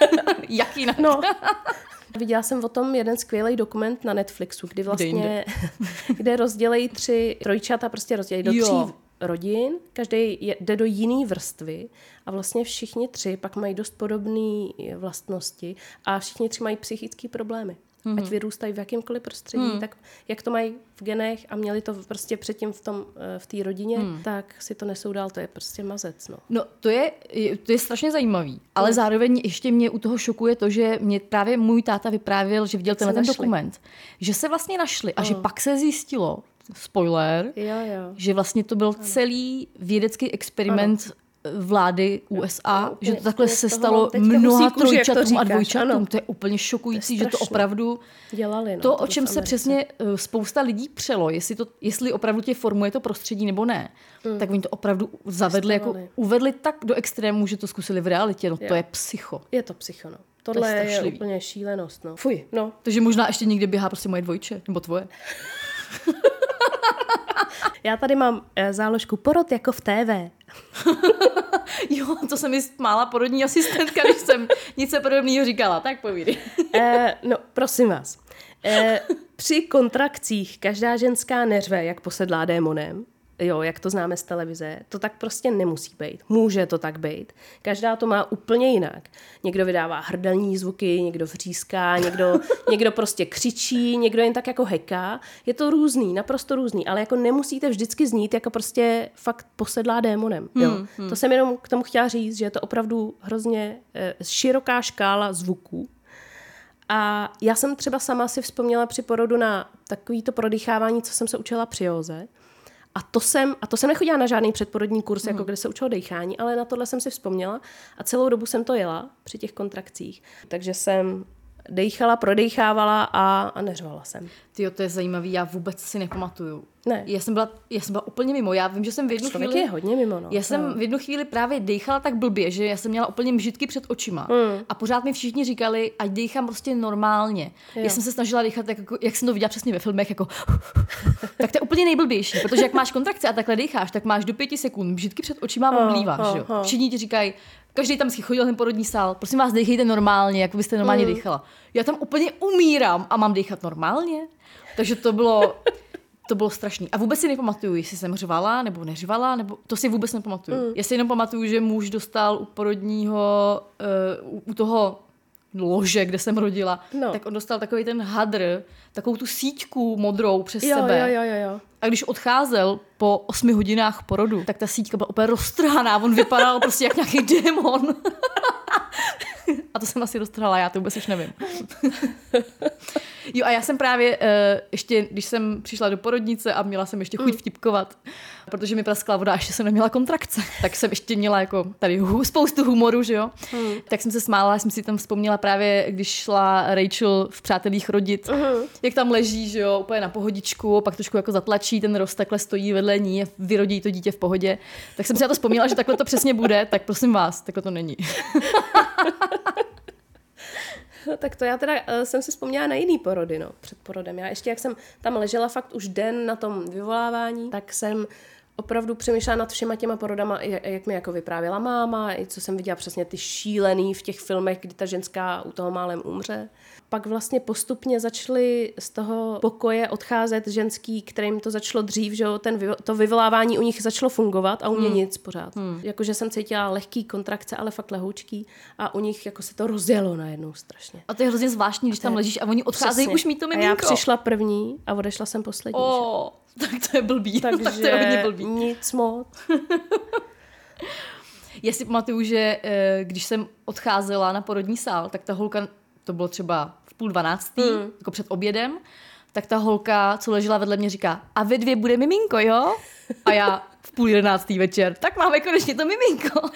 Jak jinak? No. Viděla jsem o tom jeden skvělý dokument na Netflixu, kdy vlastně, kde rozdělejí tři trojčata, prostě rozdělejí do jo. tří rodin, každý je, jde do jiný vrstvy a vlastně všichni tři pak mají dost podobné vlastnosti a všichni tři mají psychické problémy. Mm-hmm. Ať vyrůstají v jakýmkoliv prostředí, mm. tak jak to mají v genech a měli to prostě předtím v tom v té rodině, mm. tak si to nesou dál, to je prostě mazec. No, no to, je, to je strašně zajímavý, ale mm. zároveň ještě mě u toho šokuje to, že mě právě můj táta vyprávěl, že viděl tenhle ten dokument, že se vlastně našli a mm. že pak se zjistilo, spoiler, jo, jo. že vlastně to byl ano. celý vědecký experiment ano. vlády U S A, no, že to takhle se stalo mnoha trojčatům a dvojčatům. Ano. To je úplně šokující, to je že to opravdu dělali. No, to, o čem se přesně spousta lidí přelo, jestli, to, jestli opravdu tě formuje to prostředí nebo ne, mm. tak oni to opravdu zavedli, jako, uvedli tak do extrému, že to zkusili v realitě. No, to je psycho. Je to psycho, no. Tohle to je, je úplně šílenost. No. Fuj. No. Takže možná ještě někdy běhá prostě moje dvojče, nebo tvoje. Já tady mám e, záložku porod jako v té vé. Jo, to se mi smála porodní asistentka, když jsem nic podobného říkala. Tak povídej. e, no, prosím vás. E, při kontrakcích každá ženská neřve, jak posedlá démonem. Jo, jak to známe z televize. To tak prostě nemusí být. Může to tak být. Každá to má úplně jinak. Někdo vydává hrdelní zvuky, někdo vříská, někdo, někdo prostě křičí, někdo jen tak jako heká. Je to různý, naprosto různý, ale jako nemusíte vždycky znít jako prostě fakt posedlá démonem. Jo. Hmm, hmm. To jsem jenom k tomu chtěla říct, že je to opravdu hrozně eh, široká škála zvuků. A já jsem třeba sama si vzpomněla při porodu na takovýto prodýchávání, co jsem se učila při józe. A to jsem, a to jsem nechodila na žádný předporodní kurz, mm. jako kde se učilo dýchání, ale na tohle jsem si vzpomněla a celou dobu jsem to jela při těch kontrakcích. Takže jsem dejchala, prodejchávala a, a neřvala jsem. Tyjo, to je zajímavý, já vůbec si nepamatuju. Ne. Já jsem byla, já jsem byla úplně mimo. Já vím, že jsem v jednu Člověk chvíli... je hodně mimo, no. Já jsem v jednu chvíli právě dejchala tak blbě, že já jsem měla úplně mžitky před očima. Mm. A pořád mi všichni říkali, ať dejchám prostě normálně. Jo. Já jsem se snažila dejchat, tak jako, jak jsem to viděla přesně ve filmech, jako... tak to je úplně nejblbější, protože jak máš kontrakce a takhle dejcháš, tak máš do pěti sekund mžitky před očima a omlíváš, oh, oh, jo. Všichni ti říkají, každý tam chodil ten porodní sál, prosím vás, dejchejte normálně, jako byste normálně mm. dejchala. Já tam úplně umírám a mám dejchat normálně. Takže to bylo... To bylo strašný. A vůbec si nepamatuju, jestli jsem řvala nebo neřvala, nebo to si vůbec nepamatuju. Mm. Já si jenom pamatuju, že muž dostal u porodního, uh, u toho lože, kde jsem rodila, no. tak on dostal takový ten hadr, takovou tu síťku modrou přes jo, sebe. Jo, jo, jo, jo. A když odcházel po osmi hodinách porodu, tak ta síťka byla úplně roztrhaná. On vypadal prostě jak nějaký démon. A to jsem asi roztrhala, já to vůbec už nevím. Jo, a já jsem právě, uh, ještě, když jsem přišla do porodnice a měla jsem ještě chuť mm. vtipkovat, protože mi praskla voda a ještě jsem neměla kontrakce, tak jsem ještě měla jako tady hu, spoustu humoru, že jo. Mm. Tak jsem se smála, jsem si tam vzpomněla právě, když šla Rachel v Přátelích rodit, mm. jak tam leží, že jo, úplně na pohodičku, pak trošku jako zatlačí, ten rost takhle stojí vedle ní a vyrodí to dítě v pohodě. Tak jsem si na to vzpomněla, že takhle to přesně bude, tak prosím vás, takhle to není. Tak to já teda uh, jsem si vzpomněla na jiný porody, no, před porodem. Já ještě, jak jsem tam ležela fakt už den na tom vyvolávání, tak jsem opravdu přemýšlela nad všema těma porodama, jak mi jako vyprávěla máma, i co jsem viděla přesně ty šílený v těch filmech, kdy ta ženská u toho málem umře. Pak vlastně postupně začaly z toho pokoje odcházet ženský, kterým to začalo dřív, že ten, to vyvolávání u nich začalo fungovat a u mě hmm. nic pořád. Hmm. Jakože jsem cítila lehký kontrakce, ale fakt lehoučký a u nich jako se to rozjelo najednou strašně. A to je hrozně zvláštní, když tam ležíš a oni odcházejí už mít to miminko. A já přišla první a odešla jsem poslední. Oh, tak to je blbý. Takže tak to je hodně blbý. Nic moc. Já si pamatuju, že když jsem odcházela na porodní sál, tak ta holka, to bylo třeba v půl dvanáctý, hmm. jako před obědem, tak ta holka, co ležela vedle mě, říká, a ve dvě bude miminko, jo? A já v půl jedenáctý večer, tak máme konečně to miminko.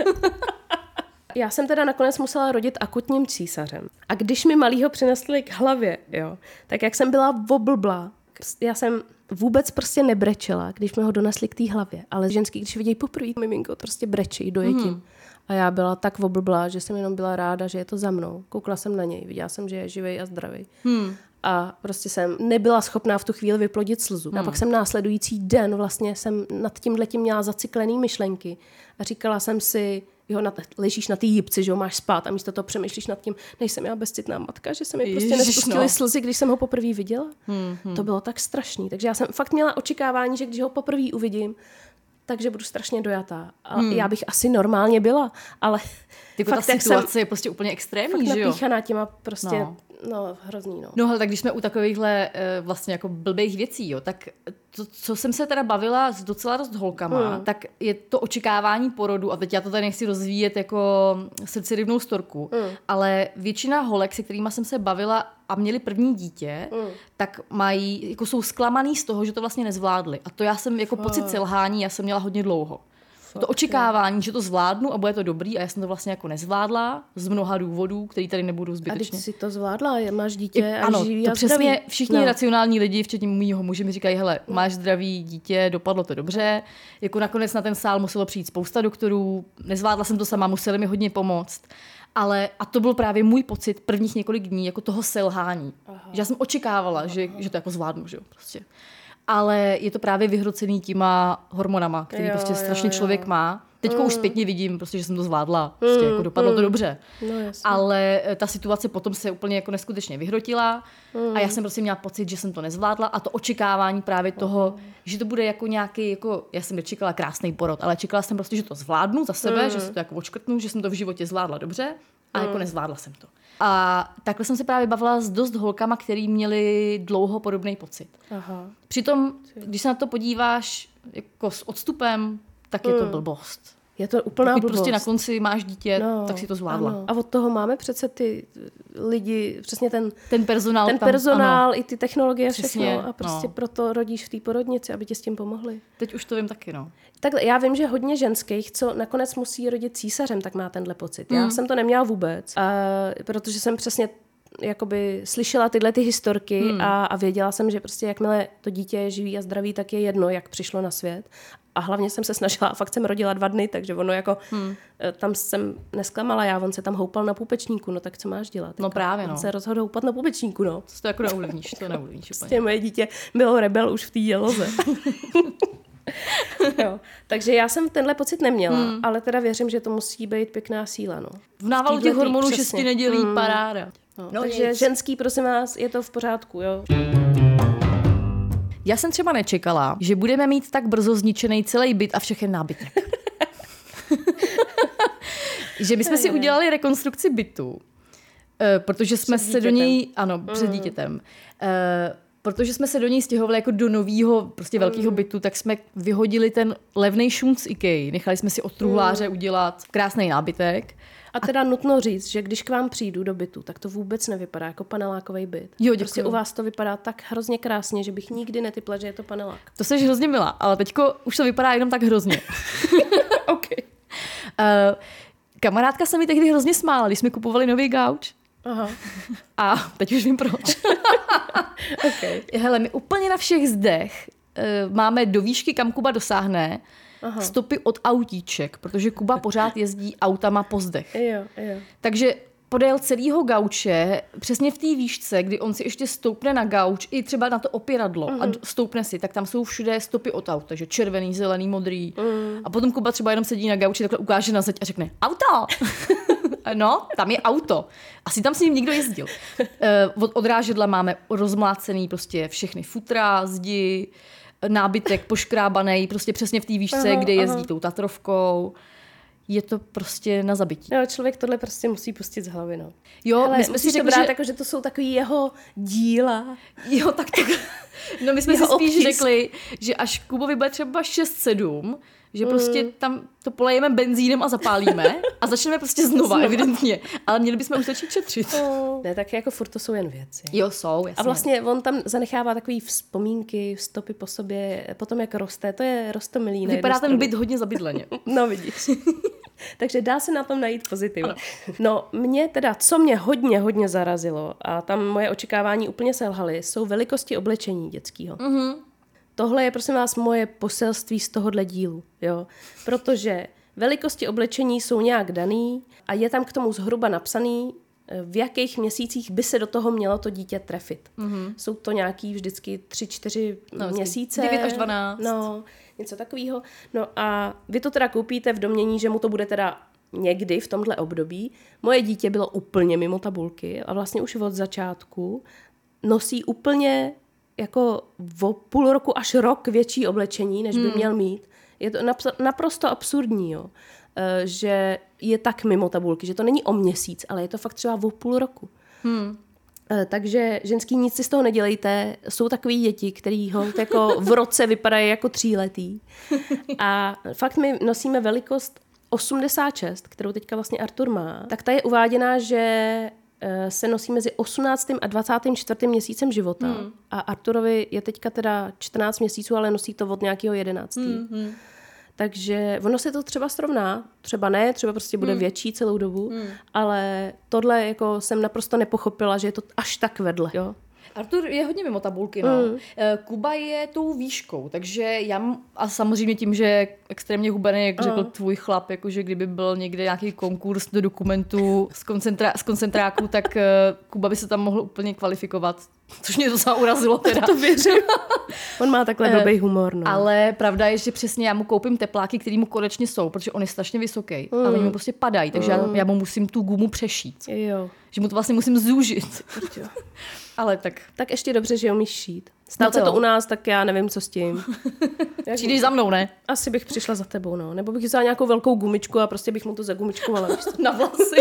Já jsem teda nakonec musela rodit akutním císařem. A když mi malýho přinesli k hlavě, jo, tak jak jsem byla oblblá, já jsem vůbec prostě nebrečela, když mi ho donesli k té hlavě. Ale ženský, když vidějí poprvé miminko, prostě brečí, dojetím. Mm. A já byla tak oblblá, že jsem jenom byla ráda, že je to za mnou. Koukla jsem na něj, viděla jsem, že je živej a zdravý. Mm. A prostě jsem nebyla schopná v tu chvíli vyplodit slzu. Mm. A pak jsem následující den vlastně jsem nad tímhletím měla zacyklený myšlenky. A říkala jsem si, jo, na, ležíš na té jípci, že jo, máš spát a místo toho přemýšlíš nad tím, nejsem já bezcitná matka, že se mi prostě nespustily no. slzy, když jsem ho poprvé viděla. Hmm, hmm. To bylo tak strašný. Takže já jsem fakt měla očekávání, že když ho poprvé uvidím, takže budu strašně dojatá. A hmm. já bych asi normálně byla, ale Tyko fakt, ta situace jsem je prostě úplně extrémní, že jo? Napíchaná těma prostě, no, no hrozný, no. No, ale tak když jsme u takovýchhle vlastně jako blbých věcí, jo, tak to, co jsem se teda bavila s docela dost holkama, hmm. tak je to očekávání porodu, a teď já to tady nechci rozvíjet jako srdcerivnou storku, hmm. ale většina holek, se kterýma jsem se bavila a měli první dítě, hmm. tak mají, jako jsou zklamaný z toho, že to vlastně nezvládli. A to já jsem jako pocit selhání, já jsem měla hodně dlouho. To očekávání, že to zvládnu a bude to dobrý, a já jsem to vlastně jako nezvládla z mnoha důvodů, který tady nebudu zbytečně. A teď si to zvládla, máš dítě a ano, živý to a přesně zdraví. Všichni no. racionální lidi, včetně mýho muže, mi říkají, hele, máš zdravý dítě, dopadlo to dobře. Jako nakonec na ten sál muselo přijít spousta doktorů, nezvládla jsem to sama, museli mi hodně pomoct. Ale a to byl právě můj pocit prvních několik dní, jako toho selhání. Aha. Že já jsem očekávala, že, že to jako zvládnu, že jo, prostě. Ale je to právě vyhrocený těma hormonama, který jo, prostě strašně jo, jo. člověk má. Teďko mm. už zpětně vidím, prostě, že jsem to zvládla. Prostě mm. jako dopadlo mm. to dobře. No, ale ta situace potom se úplně jako neskutečně vyhrotila mm. a já jsem prostě měla pocit, že jsem to nezvládla, a to očekávání právě toho, mm. že to bude jako nějaký, jako, já jsem nečekala krásný porod, ale čekala jsem prostě, že to zvládnu za sebe, mm. že si to jako odškrtnu, že jsem to v životě zvládla dobře, a mm. jako nezvládla jsem to. A takhle jsem se právě bavila s dost holkama, který měli dlouho podobný pocit. Aha. Přitom, když se na to podíváš jako s odstupem, tak je to mm. blbost. Je to úplná Pokud blbost. prostě na konci máš dítě, no, tak si to zvládla. Ano. A od toho máme přece ty lidi, přesně ten, ten personál, ten tam, personál i ty technologie, přesně, všechno. A prostě no. proto rodíš v té porodnici, aby ti s tím pomohli. Teď už to vím taky, no. Takhle, já vím, že hodně ženských, co nakonec musí rodit císařem, tak má tenhle pocit. Já mm. jsem to neměla vůbec, a, protože jsem přesně jakoby slyšela tyhle ty historky hmm. a, a věděla jsem, že prostě jakmile to dítě je živý a zdravý, tak je jedno, jak přišlo na svět. A hlavně jsem se snažila, a fakt jsem rodila dva dny, takže ono jako, hmm. tam jsem nesklamala já, on se tam houpal na pupečníku, no tak co máš dělat? No právě, no. On se rozhodl houpat na pupečníku, no. To jako neuvlivníš, to neuvlivníš úplně. Prostě moje dítě bylo rebel už v té děloze. Jo. Takže já jsem tenhle pocit neměla, hmm. ale teda věřím, že to musí být pěkná síla, no. V návalu těch hormonů šesti nedělí, hmm. paráda. No, no, takže nic. Ženský, prosím vás, je to v pořádku, jo. Já jsem třeba nečekala, že budeme mít tak brzo zničený celý byt a všechen nábytek. Že my jsme si udělali rekonstrukci bytu, protože jsme před se dítětem. do něj, ano, mm. před dítětem, protože jsme se do něj stěhovali jako do nového, prostě velkého mm. bytu, tak jsme vyhodili ten levnej šum z IKEA, nechali jsme si od truhláře mm. udělat krásný nábytek. A teda nutno říct, že když k vám přijdu do bytu, tak to vůbec nevypadá jako panelákový byt. Jo, prostě u vás to vypadá tak hrozně krásně, že bych nikdy netypla, že je to panelák. To jsi hrozně milá, ale teďko už to vypadá jenom tak hrozně. OK. Uh, kamarádka se mi tehdy hrozně smála, když jsme kupovali nový gauč. Aha. A teď už vím proč. Okay. Hele, my úplně na všech zdech uh, máme do výšky, kam Kuba dosáhne, Aha. stopy od autíček, protože Kuba pořád jezdí autama po zdech. Jo, jo. Takže podél celého gauče, přesně v té výšce, kdy on si ještě stoupne na gauč, i třeba na to opěradlo mm. a stoupne si, tak tam jsou všude stopy od auta, že červený, zelený, modrý. Mm. A potom Kuba třeba jenom sedí na gauči, takhle ukáže na zeď a řekne auto! No, tam je auto. Asi tam s ním někdo jezdil. Od odrážedla máme rozmlácený prostě všechny futra, zdi, nábytek poškrábaný, prostě přesně v té výšce, aha, kde jezdí aha. tou Tatrovkou. Je to prostě na zabití. No, člověk tohle prostě musí pustit z hlavy, no. Jo, ale my jsme si řekli, brát, že... jako, že to jsou takový jeho díla. Jo, tak to... No my jsme si spíš obtisk. řekli, že až Kubovi bude třeba šest sedm, že mm. prostě tam to polejeme benzínem a zapálíme a začneme prostě znova, znova. evidentně. Ale měli bychom už začít šetřit. Oh. Ne, tak jako furt to jsou jen věci. Jo, jsou, jasně. A vlastně on tam zanechává takový vzpomínky, stopy po sobě, potom jak roste, to je roztomilý. Vypadá ten byt hodně zabydleně. No vidíš. Takže dá se na tom najít pozitiva. No mě teda, co mě hodně, hodně zarazilo a tam moje očekávání úplně selhaly, jsou velikosti oblečení dětského. Mm-hmm. Tohle je, prosím vás, moje poselství z tohohle dílu, jo. Protože velikosti oblečení jsou nějak daný a je tam k tomu zhruba napsaný, v jakých měsících by se do toho mělo to dítě trefit. Mm-hmm. Jsou to nějaký vždycky tři, čtyři no, měsíce. devět až dvanáct. No, něco takového. No a vy to teda koupíte v domnění, že mu to bude teda někdy v tomhle období. Moje dítě bylo úplně mimo tabulky a vlastně už od začátku nosí úplně jako o půl roku až rok větší oblečení, než by hmm. měl mít. Je to naprosto absurdní, jo. E, že je tak mimo tabulky, že to není o měsíc, ale je to fakt třeba o půl roku. Hmm. E, takže ženský, nic si z toho nedělejte. Jsou takový děti, který ho jako v roce vypadají jako tříletý. A fakt my nosíme velikost osmdesát šest, kterou teďka vlastně Artur má. Tak ta je uváděná, že se nosí mezi osmnáctým a dvacátým čtvrtým měsícem života. Hmm. A Arturovi je teďka teda čtrnáct měsíců, ale nosí to od nějakého jedenáctého. Hmm. Takže ono se to třeba srovná, třeba ne, třeba prostě bude hmm. větší celou dobu, hmm. ale tohle jako jsem naprosto nepochopila, že je to až tak vedle. Jo? Artur je hodně mimo tabulky, no. Mm. Kuba je tou výškou, takže já, a samozřejmě tím, že je extrémně hubený, jak řekl mm. tvůj chlap, jakože kdyby byl někde nějaký konkurs do dokumentů z, koncentra, z koncentráků, tak uh, Kuba by se tam mohl úplně kvalifikovat, což mě docela urazilo teda. To věřím. On má takhle blbej humor, no. Ale pravda je, že přesně já mu koupím tepláky, který mu konečně jsou, protože on je strašně vysoký mm. a oni mu prostě padají, takže mm. já, já mu musím tu gumu přešít. Jo. Že mu to vlastně musím zúžit. Ale tak... Tak ještě dobře, že umíš šít. Stát se to u nás, tak já nevím, co s tím. Přijdeš za mnou, ne? Asi bych přišla za tebou, no. Nebo bych vzala nějakou velkou gumičku a prostě bych mu to zagumičkovala. Na vlasy.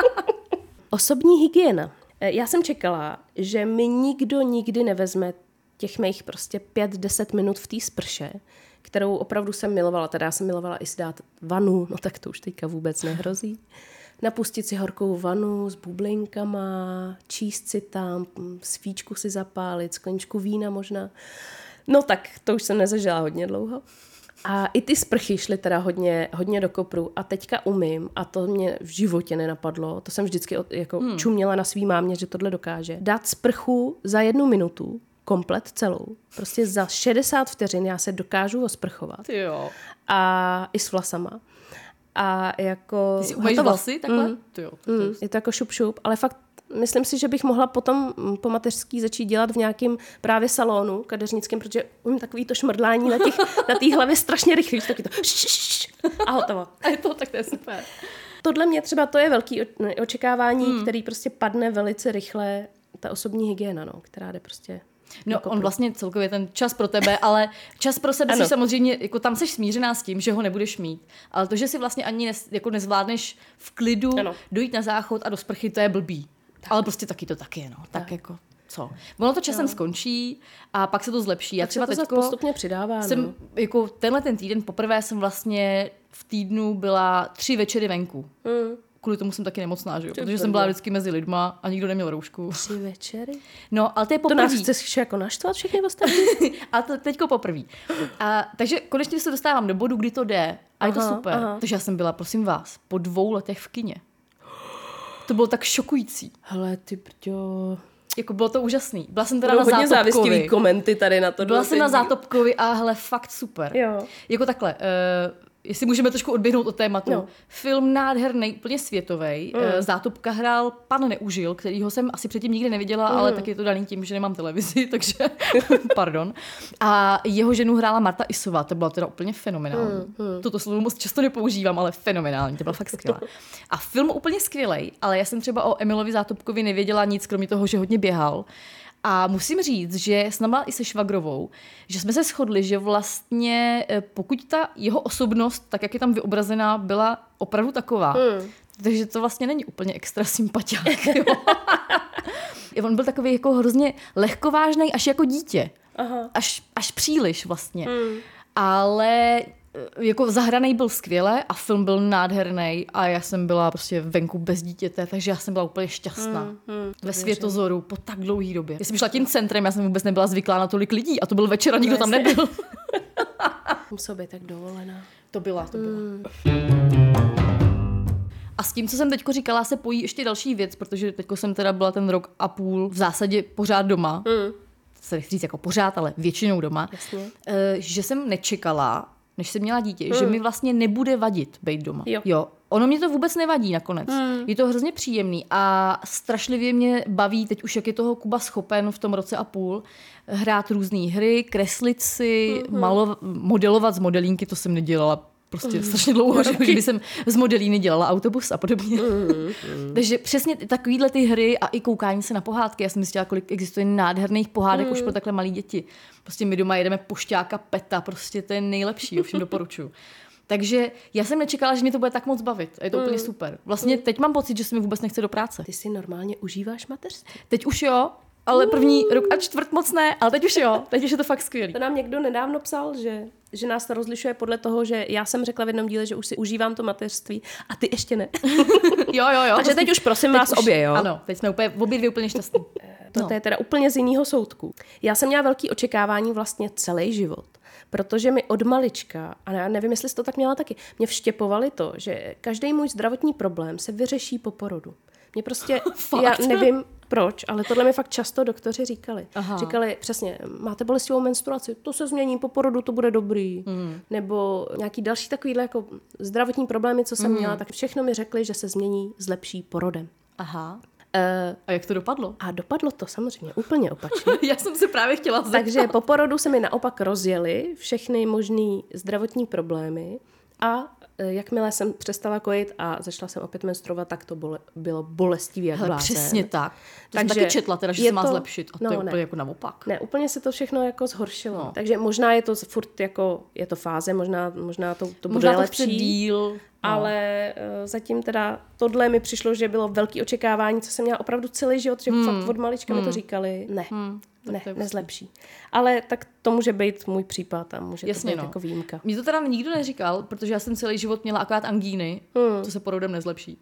Osobní hygiena. Já jsem čekala, že mi nikdo nikdy nevezme těch mých prostě pět deset minut v té sprše, kterou opravdu jsem milovala. Teda já jsem milovala i si dát vanu, no tak to už teďka vůbec nehrozí. Napustit si horkou vanu s bublinkama, číst si tam, svíčku si zapálit, skleničku vína možná. No tak to už jsem nezažila hodně dlouho. A i ty sprchy šly teda hodně, hodně do kopru a teďka umím a to mě v životě nenapadlo. To jsem vždycky jako hmm. čuměla na svý mámě, že tohle dokáže. Dát sprchu za jednu minutu, komplet celou. Prostě za šedesát vteřin já se dokážu osprchovat. Jo. A i s vlasama. A jako... Ty si umýš vlasy takhle? Mm. To jo, to mm. Je to jako šup šup, ale fakt myslím si, že bych mohla potom po mateřský začít dělat v nějakém právě salonu kadeřnickém, protože umím takový to šmrdlání na těch, na té hlavě strašně rychlý, taky to a hotovo. A je to, tak to je super. Tohle mě třeba, to je velký očekávání, mm. který prostě padne velice rychle, ta osobní hygiena, no, která jde prostě... No on vlastně celkově ten čas pro tebe, ale čas pro sebe si samozřejmě, jako tam seš smířená s tím, že ho nebudeš mít. Ale to, že si vlastně ani ne, jako nezvládneš v klidu ano. dojít na záchod a do sprchy, to je blbý. Tak. Ale prostě taky to taky je, no. Tak, tak jako, co. Ono to časem no. skončí a pak se to zlepší. Já třeba se to teďko postupně přidává. Jsem, no. jako tenhle ten týden poprvé jsem vlastně v týdnu byla tři večery venku. Mm. Kvůli tomu jsem taky nemocná, že jo? Protože jsem byla vždycky mezi lidma a nikdo neměl roušku. Tři večery? No, ale to je poprvé. To nás chceš jako naštvat všechny ostatní? A to teďko poprvé. A takže konečně se dostávám do bodu, kdy to jde. A je to super. Aha. Takže já jsem byla, prosím vás, po dvou letech v kině. To bylo tak šokující. Hele, ty brďo. Jako bylo to úžasný. Byla jsem teda Budou na hodně Zátopkovi. závistivý komenty tady na to. Byla jsem na Zátopkovi a hele, fakt super. Jo. Jako takhle... Uh, jestli můžeme trošku odběhnout od tématu. No. Film nádherný, úplně světovej. Mm. Zátopka hrál Pan Neužil, kterýho jsem asi předtím nikdy neviděla, mm. ale tak je to daný tím, že nemám televizi, takže pardon. A jeho ženu hrála Marta Isová, to byla teda úplně fenomenální. Mm. Mm. Toto slovo moc často nepoužívám, ale fenomenální, to byla fakt skvělá. A film úplně skvělej, ale já jsem třeba o Emilovi Zátopkovi nevěděla nic, kromě toho, že hodně běhal. A musím říct, že s náma i se švagrovou, že jsme se shodli, že vlastně pokud ta jeho osobnost, tak jak je tam vyobrazená, byla opravdu taková, hmm. takže to vlastně není úplně extra sympatiák. Jo. On byl takový jako hrozně lehkovážnej až jako dítě. Aha. Až, až příliš vlastně. Hmm. Ale jako zahranej byl skvěle a film byl nádherný a já jsem byla prostě venku bez dítěte, takže já jsem byla úplně šťastná. Hmm, hmm, ve světozoru po tak dlouhý době. Já jsem šla tím centrem, já jsem vůbec nebyla zvyklá na tolik lidí a to byl večer a nikdo tam nebyl. Musela být tak dovolená. To byla, to byla. Hmm. A s tím, co jsem teďko říkala, se pojí ještě další věc, protože teďko jsem teda byla ten rok a půl v zásadě pořád doma. Hmm. Se nechci říct jako pořád, ale většinou doma. Jasně. Že jsem nečekala, než jsem měla dítě, hmm. že mi vlastně nebude vadit být doma. Jo. jo. Ono mě to vůbec nevadí nakonec. Hmm. Je to hrozně příjemný a strašlivě mě baví, teď už jak je toho Kuba schopen v tom roce a půl, hrát různé hry, kreslit si, hmm. malo, modelovat z modelínky, to jsem nedělala prostě mm. strašně dlouho, že, že by jsem z modelíny dělala autobus a podobně. Mm, mm. Takže přesně takovýhle ty hry a i koukání se na pohádky. Já jsem zjistila, kolik existuje nádherných pohádek mm. už pro takhle malé děti. Prostě my doma jedeme Pošťáka Peta, prostě to je nejlepší, všem doporučuju. Takže já jsem nečekala, že mě to bude tak moc bavit. A je to mm. úplně super. Vlastně teď mám pocit, že se mi vůbec nechce do práce. Ty si normálně užíváš mateřství? Teď už jo. Ale první rok a čtvrt moc ne, ale teď už jo, teď už je to fakt skvělý. To nám někdo nedávno psal, že, že nás to rozlišuje podle toho, že já jsem řekla v jednom díle, že už si užívám to mateřství a ty ještě ne. Jo, jo, jo. Takže teď už prosím vás už, obě, jo? Ano, teď jsme úplně, obě dvě úplně šťastní. To, no. to je teda úplně z jiného soudku. Já jsem měla velký očekávání vlastně celý život, protože mi od malička, a já nevím, jestli jsi to tak měla taky, mě vštěpovali to, že každý můj zdravotní problém se vyřeší po porodu. Mě prostě, já nevím proč, ale tohle mi fakt často doktoři říkali. Aha. Říkali přesně, máte bolestivou menstruaci, to se změní po porodu, to bude dobrý. Mm. Nebo nějaký další takovýhle jako zdravotní problémy, co jsem mm. měla, tak všechno mi řekli, že se změní, zlepší porodem. Aha. Uh, a jak to dopadlo? A dopadlo to samozřejmě úplně opačně. Já jsem se právě chtěla zeptat. Takže po porodu se mi naopak rozjeli všechny možný zdravotní problémy a jakmile jsem přestala kojit a začala jsem opět menstruovat, tak to bole, bylo bolestivý jak blázen. Přesně tak. To Takže jsem taky četla, teda, že se má to, zlepšit. A to no, je úplně ne. jako naopak. Ne, úplně se to všechno jako zhoršilo. No. Takže možná je to furt jako, je to fáze, možná, možná to, to možná bude to lepší. Díl. No. Ale uh, zatím teda tohle mi přišlo, že bylo velký očekávání, co jsem měla opravdu celý život, že hmm. fakt od malička hmm. mi to říkali. Ne, hmm. ne, nezlepší. Ale tak to může být můj případ a může Jasně, to být no. jako výjimka. Mně to teda nikdo neříkal, protože já jsem celý život měla akorát angíny, hmm. to se porodem nezlepší.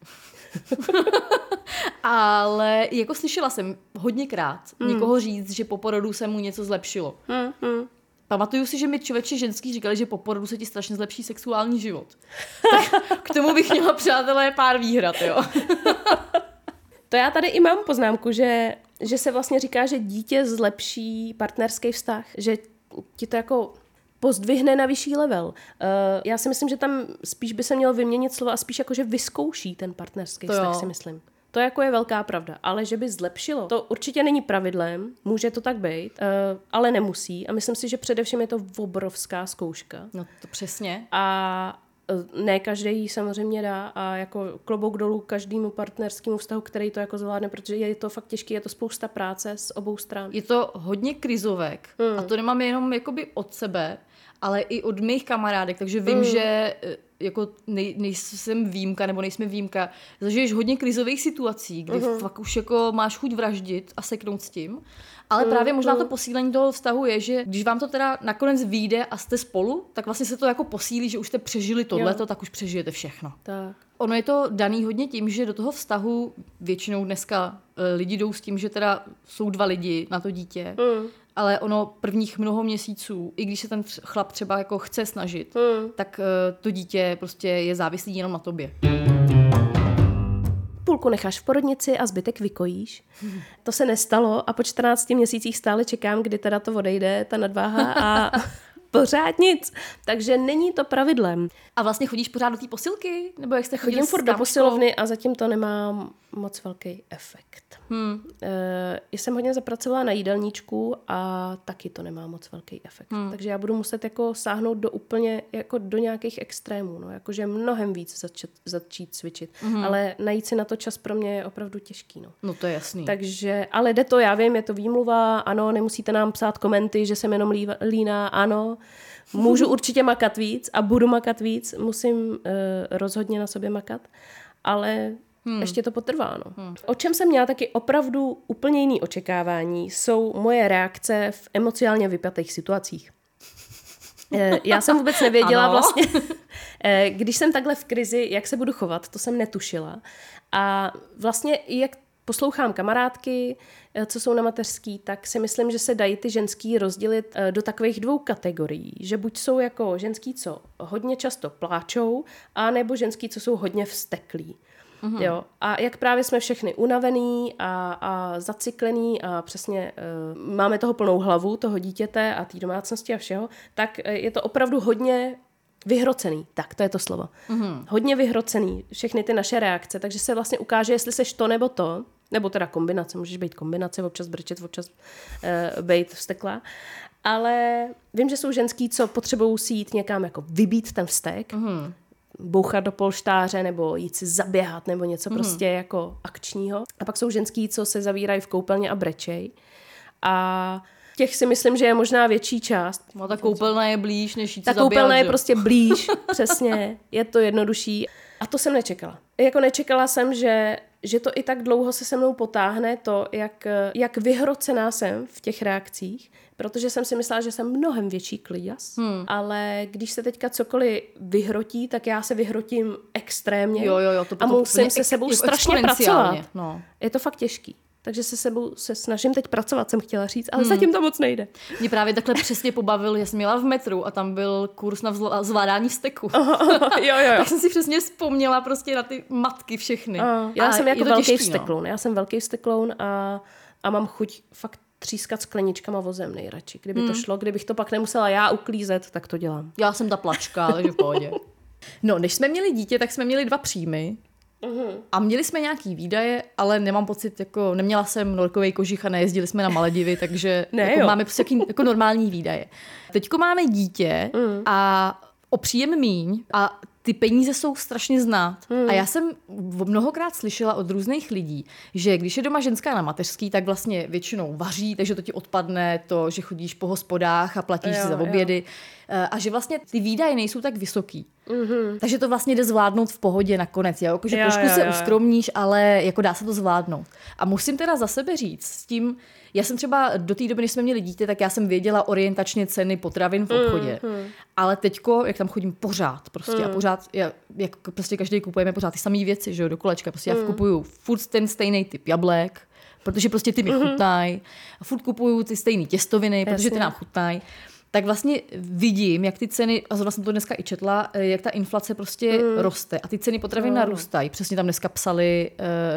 Ale jako slyšela jsem hodněkrát hmm. někoho říct, že po porodu se mu něco zlepšilo. Hmm. Hmm. Pamatuju si, že mi člověče ženský říkali, že po porodu se ti strašně zlepší sexuální život. Tak k tomu bych měla, přátelé, pár výhrad, jo. To já tady i mám poznámku, že, že se vlastně říká, že dítě zlepší partnerský vztah, že ti to jako pozdvihne na vyšší level. Uh, já si myslím, že tam spíš by se mělo vyměnit slovo a spíš jako, že vyzkouší ten partnerský to vztah, jo. si myslím. To jako je velká pravda, ale že by zlepšilo, to určitě není pravidlem, může to tak být, uh, ale nemusí a myslím si, že především je to obrovská zkouška. No to přesně. A uh, ne každý ji samozřejmě dá a jako klobouk dolů každému partnerskému vztahu, který to jako zvládne, protože je to fakt těžké, je to spousta práce z obou stran. Je to hodně krizovek hmm. a to nemám jenom jakoby od sebe, ale i od mých kamarádek, takže vím, hmm. že jako nej, nejsem výjimka, nebo nejsme výjimka. Zažiješ hodně krizových situací, kdy uh-huh. fakt už jako máš chuť vraždit a seknout s tím. Ale uh-huh. právě možná to posílení toho vztahu je, že když vám to teda nakonec vyjde a jste spolu, tak vlastně se to jako posílí, že už jste přežili tohleto, tak už přežijete všechno. Tak. Ono je to daný hodně tím, že do toho vztahu většinou dneska lidi jdou s tím, že teda jsou dva lidi na to dítě, uh-huh. ale ono prvních mnoho měsíců, i když se ten chlap třeba jako chce snažit, hmm. tak uh, to dítě prostě je závislý jenom na tobě. Půlku necháš v porodnici a zbytek vykojíš. Hmm. To se nestalo a po čtrnácti měsících stále čekám, kdy teda to odejde, ta nadváha a pořád nic. Takže není to pravidlem. A vlastně chodíš pořád do té posilky? Nebo jak jste chodili? Chodím furt do posilovny a zatím to nemá moc velký efekt. Hmm. E, jsem hodně zapracovala na jídelníčku a taky to nemá moc velký efekt. Hmm. Takže já budu muset jako sáhnout do úplně, jako do nějakých extrémů. No, jakože mnohem víc začít, začít cvičit. Hmm. Ale najít si na to čas pro mě je opravdu těžký. No, no to je jasný. Takže, ale jde to, já vím, je to výmluva, ano, nemusíte nám psát komenty, že jsem jenom líva, líná, ano. Můžu určitě makat víc a budu makat víc, musím uh, rozhodně na sobě makat, ale hmm. ještě to potrvá. No. Hmm. O čem jsem měla taky opravdu úplně jiný očekávání, jsou moje reakce v emocionálně vypjatých situacích. uh, já jsem vůbec nevěděla vlastně, uh, když jsem takhle v krizi, jak se budu chovat, to jsem netušila. A vlastně jak poslouchám kamarádky, co jsou na mateřský, tak si myslím, že se dají ty ženský rozdělit do takových dvou kategorií. Že buď jsou jako ženský, co hodně často pláčou, a nebo ženský, co jsou hodně vzteklí. Mm-hmm. Jo. A jak právě jsme všechny unavený a, a zacyklený a přesně uh, máme toho plnou hlavu, toho dítěte a té domácnosti a všeho, tak je to opravdu hodně vyhrocený. Tak, to je to slovo. Mm-hmm. Hodně vyhrocený, všechny ty naše reakce, takže se vlastně ukáže, jestli seš to nebo to, nebo teda kombinace, můžeš být kombinace, občas brčet, občas uh, být vzteklá. Ale vím, že jsou ženský, co potřebují si jít někam jako vybít ten vztek, mm-hmm. bouchat do polštáře, nebo jít si zaběhat, nebo něco mm-hmm. prostě jako akčního. A pak jsou ženský, co se zavírají v koupelně a brečej. A těch si myslím, že je možná větší část. No, ta koupelna je blíž, než jít Ta zaběhat, koupelna je že? prostě blíž, přesně. Je to jednodušší. A to jsem nečekala. Jako nečekala jsem, že, že to i tak dlouho se se mnou potáhne to, jak, jak vyhrocená jsem v těch reakcích, protože jsem si myslela, že jsem mnohem větší kliďas, hmm. ale když se teďka cokoliv vyhrotí, tak já se vyhrotím extrémně jo, jo, jo, to a musím se sebou ex- strašně pracovat. No. Je to fakt těžký. Takže se sebou se snažím teď pracovat, jsem chtěla říct, ale hmm. zatím to moc nejde. Mě právě takhle přesně pobavil, já jsem jela v metru a tam byl kurz na vzla- zvládání vzteku. Oh, oh, jo, jo, jo. Tak jsem si přesně vzpomněla prostě na ty matky všechny. Oh, já a jsem jako velký těžký, vztekloun. No. Já jsem velký vztekloun a, a mám chuť fakt třískat skleničkama vozem nejradši. Kdyby hmm. to šlo, kdybych to pak nemusela já uklízet, tak to dělám. Já jsem ta plačka, takže v pohodě. No, než jsme měli dítě, tak jsme měli dva příjmy. Uhum. A měli jsme nějaký výdaje, ale nemám pocit, jako neměla jsem norkovej kožich a nejezdili jsme na Maledivy, takže ne, jako máme prostě jaký, jako normální výdaje. Teďko máme dítě mm. a o příjem míň a ty peníze jsou strašně znát. Mm. A já jsem mnohokrát slyšela od různých lidí, že když je doma ženská na mateřský, tak vlastně většinou vaří, takže to ti odpadne to, že chodíš po hospodách a platíš jo, si za obědy. Jo. A že vlastně ty výdaje nejsou tak vysoký. Mm-hmm. Takže to vlastně jde zvládnout v pohodě nakonec. Jo? Že jo, trošku jo, se jo. uskromníš, ale jako dá se to zvládnout. A musím teda za sebe říct s tím, já jsem třeba do té doby, než jsme měli dítě, tak já jsem věděla orientačně ceny potravin v obchodě. Mm, mm. Ale teďko, jak tam chodím pořád prostě mm. a pořád, já, jak prostě každý kupujeme pořád ty samé věci, že jo, do kolečka. Prostě mm. já kupuju furt ten stejný typ jablek, protože prostě ty mi mm-hmm. chutnají. A furt kupuju ty stejný těstoviny, Jasně. protože ty nám chutnají. Tak vlastně vidím, jak ty ceny, a zrovna jsem to dneska i četla, jak ta inflace prostě mm. roste a ty ceny potravin no. narůstají. Přesně tam dneska psali,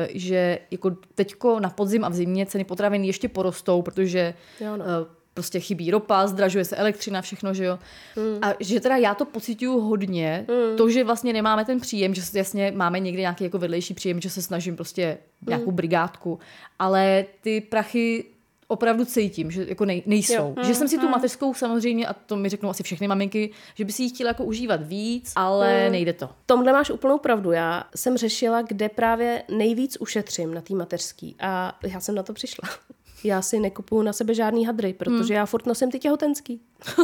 že jako teďko na podzim a v zimě ceny potravin ještě porostou, protože jo, no. prostě chybí ropa, zdražuje se elektřina, všechno, že jo. Mm. A že teda já to pociťuju hodně, mm. to, že vlastně nemáme ten příjem, že jasně máme někde nějaký jako vedlejší příjem, že se snažím prostě nějakou mm. brigádku, ale ty prachy opravdu cítím, že jako nej, nejsou. Jo. Že jsem si tu mateřskou samozřejmě, a to mi řeknou asi všechny maminky, že by si ji chtěla jako užívat víc, ale mm. nejde to. Tomhle máš úplnou pravdu. Já jsem řešila, kde právě nejvíc ušetřím na té mateřský a já jsem na to přišla. Já si nekupuju na sebe žádný hadry, protože mm. já furt nosím ty těhotenský.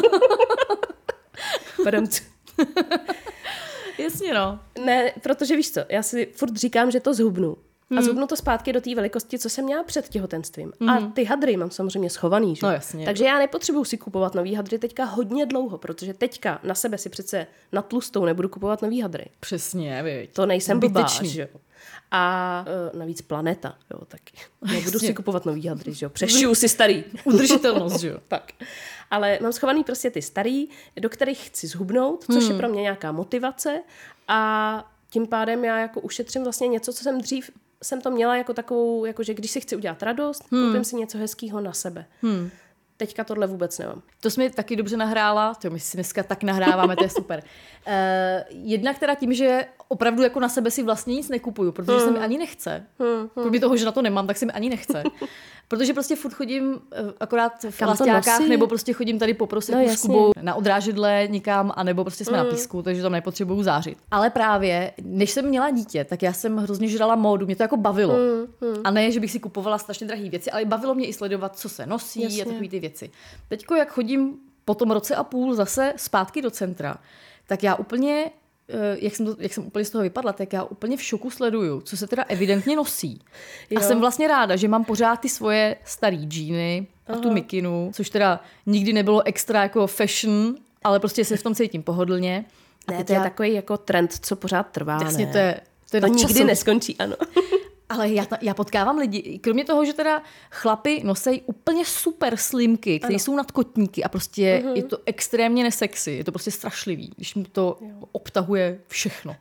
Jasně no. Ne, protože víš co, já si furt říkám, že to zhubnu. A zhubnu to zpátky do té velikosti, co jsem měla před těhotenstvím. Mm. A ty hadry mám samozřejmě schovaný, že? No, jasně. Takže já nepotřebuju si kupovat nový hadry teďka hodně dlouho, protože teďka na sebe si přece na tlustou nebudu kupovat nový hadry. Přesně, viď. To nejsem blbá, že jo. A uh, navíc planeta, jo, taky. Nebudu jasně. si kupovat nový hadry, že jo. Přešiju si starý. Udržitelnost, že jo. Tak. Ale mám schovaný prostě ty starý, do kterých chci zhubnout, což hmm. je pro mě nějaká motivace a tím pádem já jako ušetřím vlastně něco, co jsem dřív jsem to měla jako takovou, jakože když si chci udělat radost, hmm. koupím si něco hezkýho na sebe. Hmm. Teďka tohle vůbec nemám. To jsi mi taky dobře nahrála, to my si dneska tak nahráváme, to je super. Uh, jednak teda tím, že opravdu jako na sebe si vlastně nic nekupuju, protože hmm. se mi ani nechce. Hmm. Kromě toho, že na to nemám, tak se mi ani nechce. Protože prostě furt chodím uh, akorát v lasťákách, nebo prostě chodím tady po proseku no, s Kubou na odrážedle někam, anebo prostě jsme hmm. na písku, takže tam nepotřebuju zářit. Ale právě, než jsem měla dítě, tak já jsem hrozně žrala módu, mě to jako bavilo. Hmm. Hmm. A ne, že bych si kupovala strašně drahé věci, ale bavilo mě i sledovat, co se nosí Jasně. a takový ty věci. Teďko, jak chodím po tom roce a půl zase zpátky do centra, tak já úplně, jak jsem, to, jak jsem úplně z toho vypadla, tak já úplně v šoku sleduju, co se teda evidentně nosí. Jo. A jsem vlastně ráda, že mám pořád ty svoje starý džíny a tu mikinu, což teda nikdy nebylo extra jako fashion, ale prostě se v tom cítím pohodlně. Ne, to je já... takový jako trend, co pořád trvá. Jasně, ne? to je To, je to nikdy neskončí, ano. Ale já, já potkávám lidi, kromě toho, že teda chlapi nosejí úplně super slimky, které jsou nad kotníky a prostě uh-huh. je to extrémně nesexy, je to prostě strašlivý, když mu to jo. obtahuje všechno.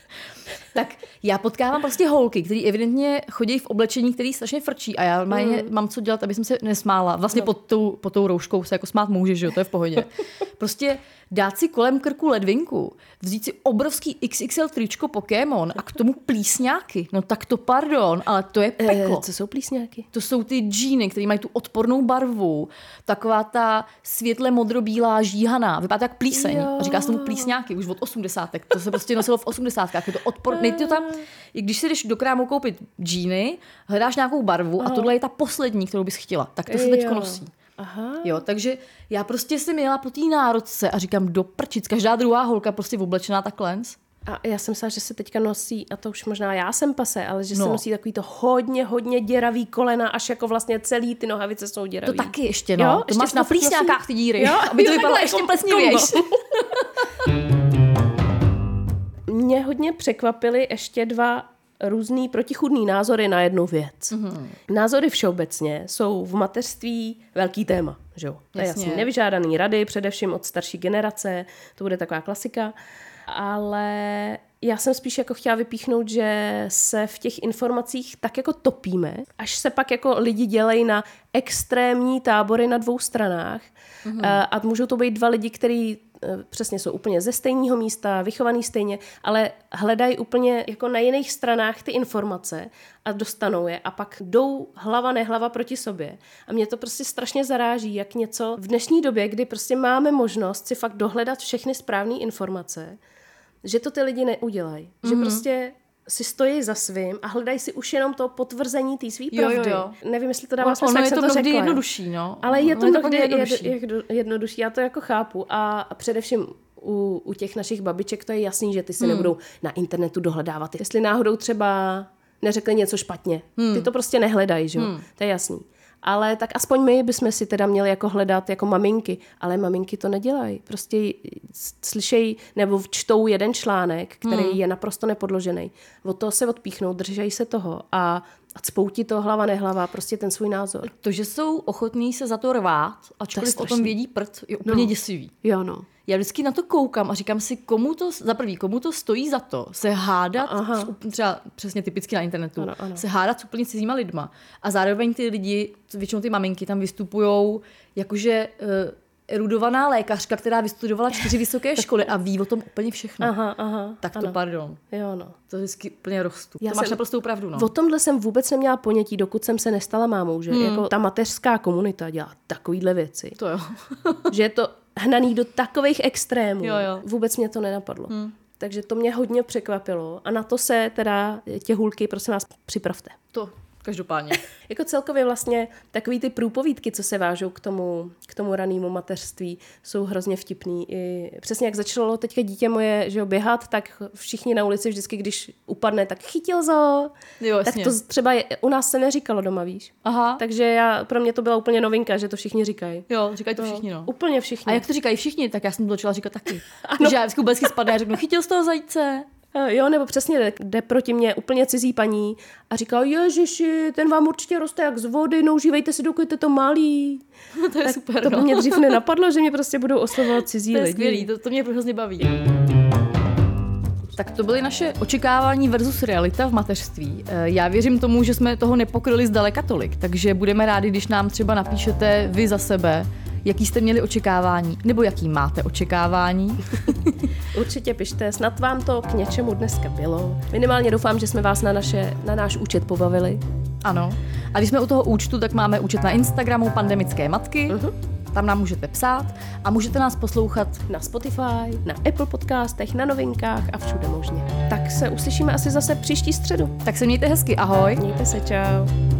Tak já potkávám prostě holky, které evidentně chodí v oblečení, který strašně frčí a já mm. mám, mám co dělat, aby jsem se nesmála. Vlastně no. pod, tou, pod tou rouškou se jako smát může, že jo, to je v pohodě. Prostě dát si kolem krku ledvinku, vzít si obrovský iks iks el tričko Pokémon a k tomu plísňáky. No tak to pardon, ale to je peklo. E, co jsou plísňáky? To jsou ty džíny, které mají tu odpornou barvu, taková ta světle modrobílá žíhaná. Vypadá to jak plíseň. A říká se tomu plísňáky už od osmdesátek. To se prostě nosilo v osmdesátkách. Je to odporný. To tam, i když si jdeš do krámu koupit džíny, hledáš nějakou barvu Aha. a tohle je ta poslední, kterou bys chtěla. Tak to se teďko nosí. Aha. Jo, takže já prostě jsem jela po té národce a říkám do prčic, každá druhá holka prostě oblečená takhle. A já jsem myslela, že se teďka nosí, a to už možná já jsem pase, ale že no. se nosí takový to hodně, hodně děravý kolena, až jako vlastně celý ty nohavice jsou děravý. To taky ještě, no. Jo? To ještě máš na nosí... plísňákách ty díry, jo? Aby to vypadalo ještě plesnivější. Mě hodně překvapily ještě dva různý protichůdný názory na jednu věc. Mm-hmm. Názory všeobecně jsou v mateřství velký téma. Že? To je jasný. Nevyžádaný rady, především od starší generace, to bude taková klasika. Ale já jsem spíš jako chtěla vypíchnout, že se v těch informacích tak jako topíme, až se pak jako lidi dělají na extrémní tábory na dvou stranách. Mm-hmm. A můžou to být dva lidi, kteří přesně jsou úplně ze stejného místa, vychovaný stejně, ale hledají úplně jako na jiných stranách ty informace a dostanou je a pak jdou hlava nehlava proti sobě. A mě to prostě strašně zaráží, jak něco v dnešní době, kdy prostě máme možnost si fakt dohledat všechny správné informace, že to ty lidi neudělají. Mm-hmm. Že prostě si stojí za svým a hledají si už jenom to potvrzení té svý pravdy. Jo, jo. Nevím, jestli to dává smysl, jak jsem to to řekla. Ono je to jednodušší, no. Ale je to, to mnohdy jednodušší. Jed, jednodušší, já to jako chápu. A, a především u, u těch našich babiček to je jasný, že ty si hmm. nebudou na internetu dohledávat. Jestli náhodou třeba neřekli něco špatně. Hmm. Ty to prostě nehledají, že jo? Hmm. To je jasný. Ale tak aspoň my bychom si teda měli jako hledat jako maminky, ale maminky to nedělají. Prostě slyšejí nebo čtou jeden článek, který hmm. je naprosto nepodložený. Od toho se odpíchnou, držejí se toho a, a cpouti to hlava nehlava, prostě ten svůj názor. To, že jsou ochotní se za to rvát, ačkoliv to o tom vědí prd, je úplně no. děsivý. Jo, no. Já vždycky na to koukám a říkám si, komu to, za prvý, komu to stojí za to se hádat, s, třeba přesně typicky na internetu, ano, ano. se hádat s úplně cizíma lidma. A zároveň ty lidi, většinou ty maminky, tam vystupujou jakože uh, erudovaná lékařka, která vystudovala čtyři vysoké školy a ví o tom úplně všechno. Aha, aha, tak to ano. pardon. Jo, no. To vždycky úplně rostu. Já to máš jsem, naprostou pravdu. No. O tomhle jsem vůbec neměla ponětí, dokud jsem se nestala mámou, že hmm. jako ta mateřská komunita dělá takovýhle věci. To jo. Že je to hnaný do takových extrémů. Jo, jo. Vůbec mě to nenapadlo. Hmm. Takže to mě hodně překvapilo a na to se teda těhulky, prosím vás, připravte. To každopádně. Jako celkově vlastně takový ty průpovídky, co se vážou k tomu, k tomu ranému mateřství, jsou hrozně vtipný. I přesně jak začalo teďka dítě moje, že ho běhat, tak všichni na ulici vždycky, když upadne, tak chytil zo. Jo, tak to třeba je, u nás se neříkalo doma, víš. Aha. Takže já, pro mě to byla úplně novinka, že to všichni říkají. Jo, říkají to všichni, no. Úplně všichni. A jak to říkají všichni, tak já jsem to začala říkat taky. Že já vždycky vůbec spadne a řeknu, chytil z toho zajíce. Jo, nebo přesně jde, jde proti mně úplně cizí paní a říká, ježiši, ten vám určitě roste jak z vody, noužívejte se, dokud je to malý. To je tak super, to no. by mě dřív nenapadlo, že mě prostě budou oslovovat cizí lidi. To je lidi. skvělý, to, to mě hrozně baví. Tak to byly naše očekávání versus realita v mateřství. Já věřím tomu, že jsme toho nepokryli zdaleka tolik, takže budeme rádi, když nám třeba napíšete vy za sebe, jaký jste měli očekávání, nebo jaký máte očekávání. Určitě pište, snad vám to k něčemu dneska bylo. Minimálně doufám, že jsme vás na, naše, na náš účet pobavili. Ano. A když jsme u toho účtu, tak máme účet na Instagramu Pandemické matky. Uh-huh. Tam nám můžete psát a můžete nás poslouchat na Spotify, na Apple podcastech, na Novinkách a všude možně. Tak se uslyšíme asi zase příští středu. Tak se mějte hezky, ahoj. Mějte se, čau.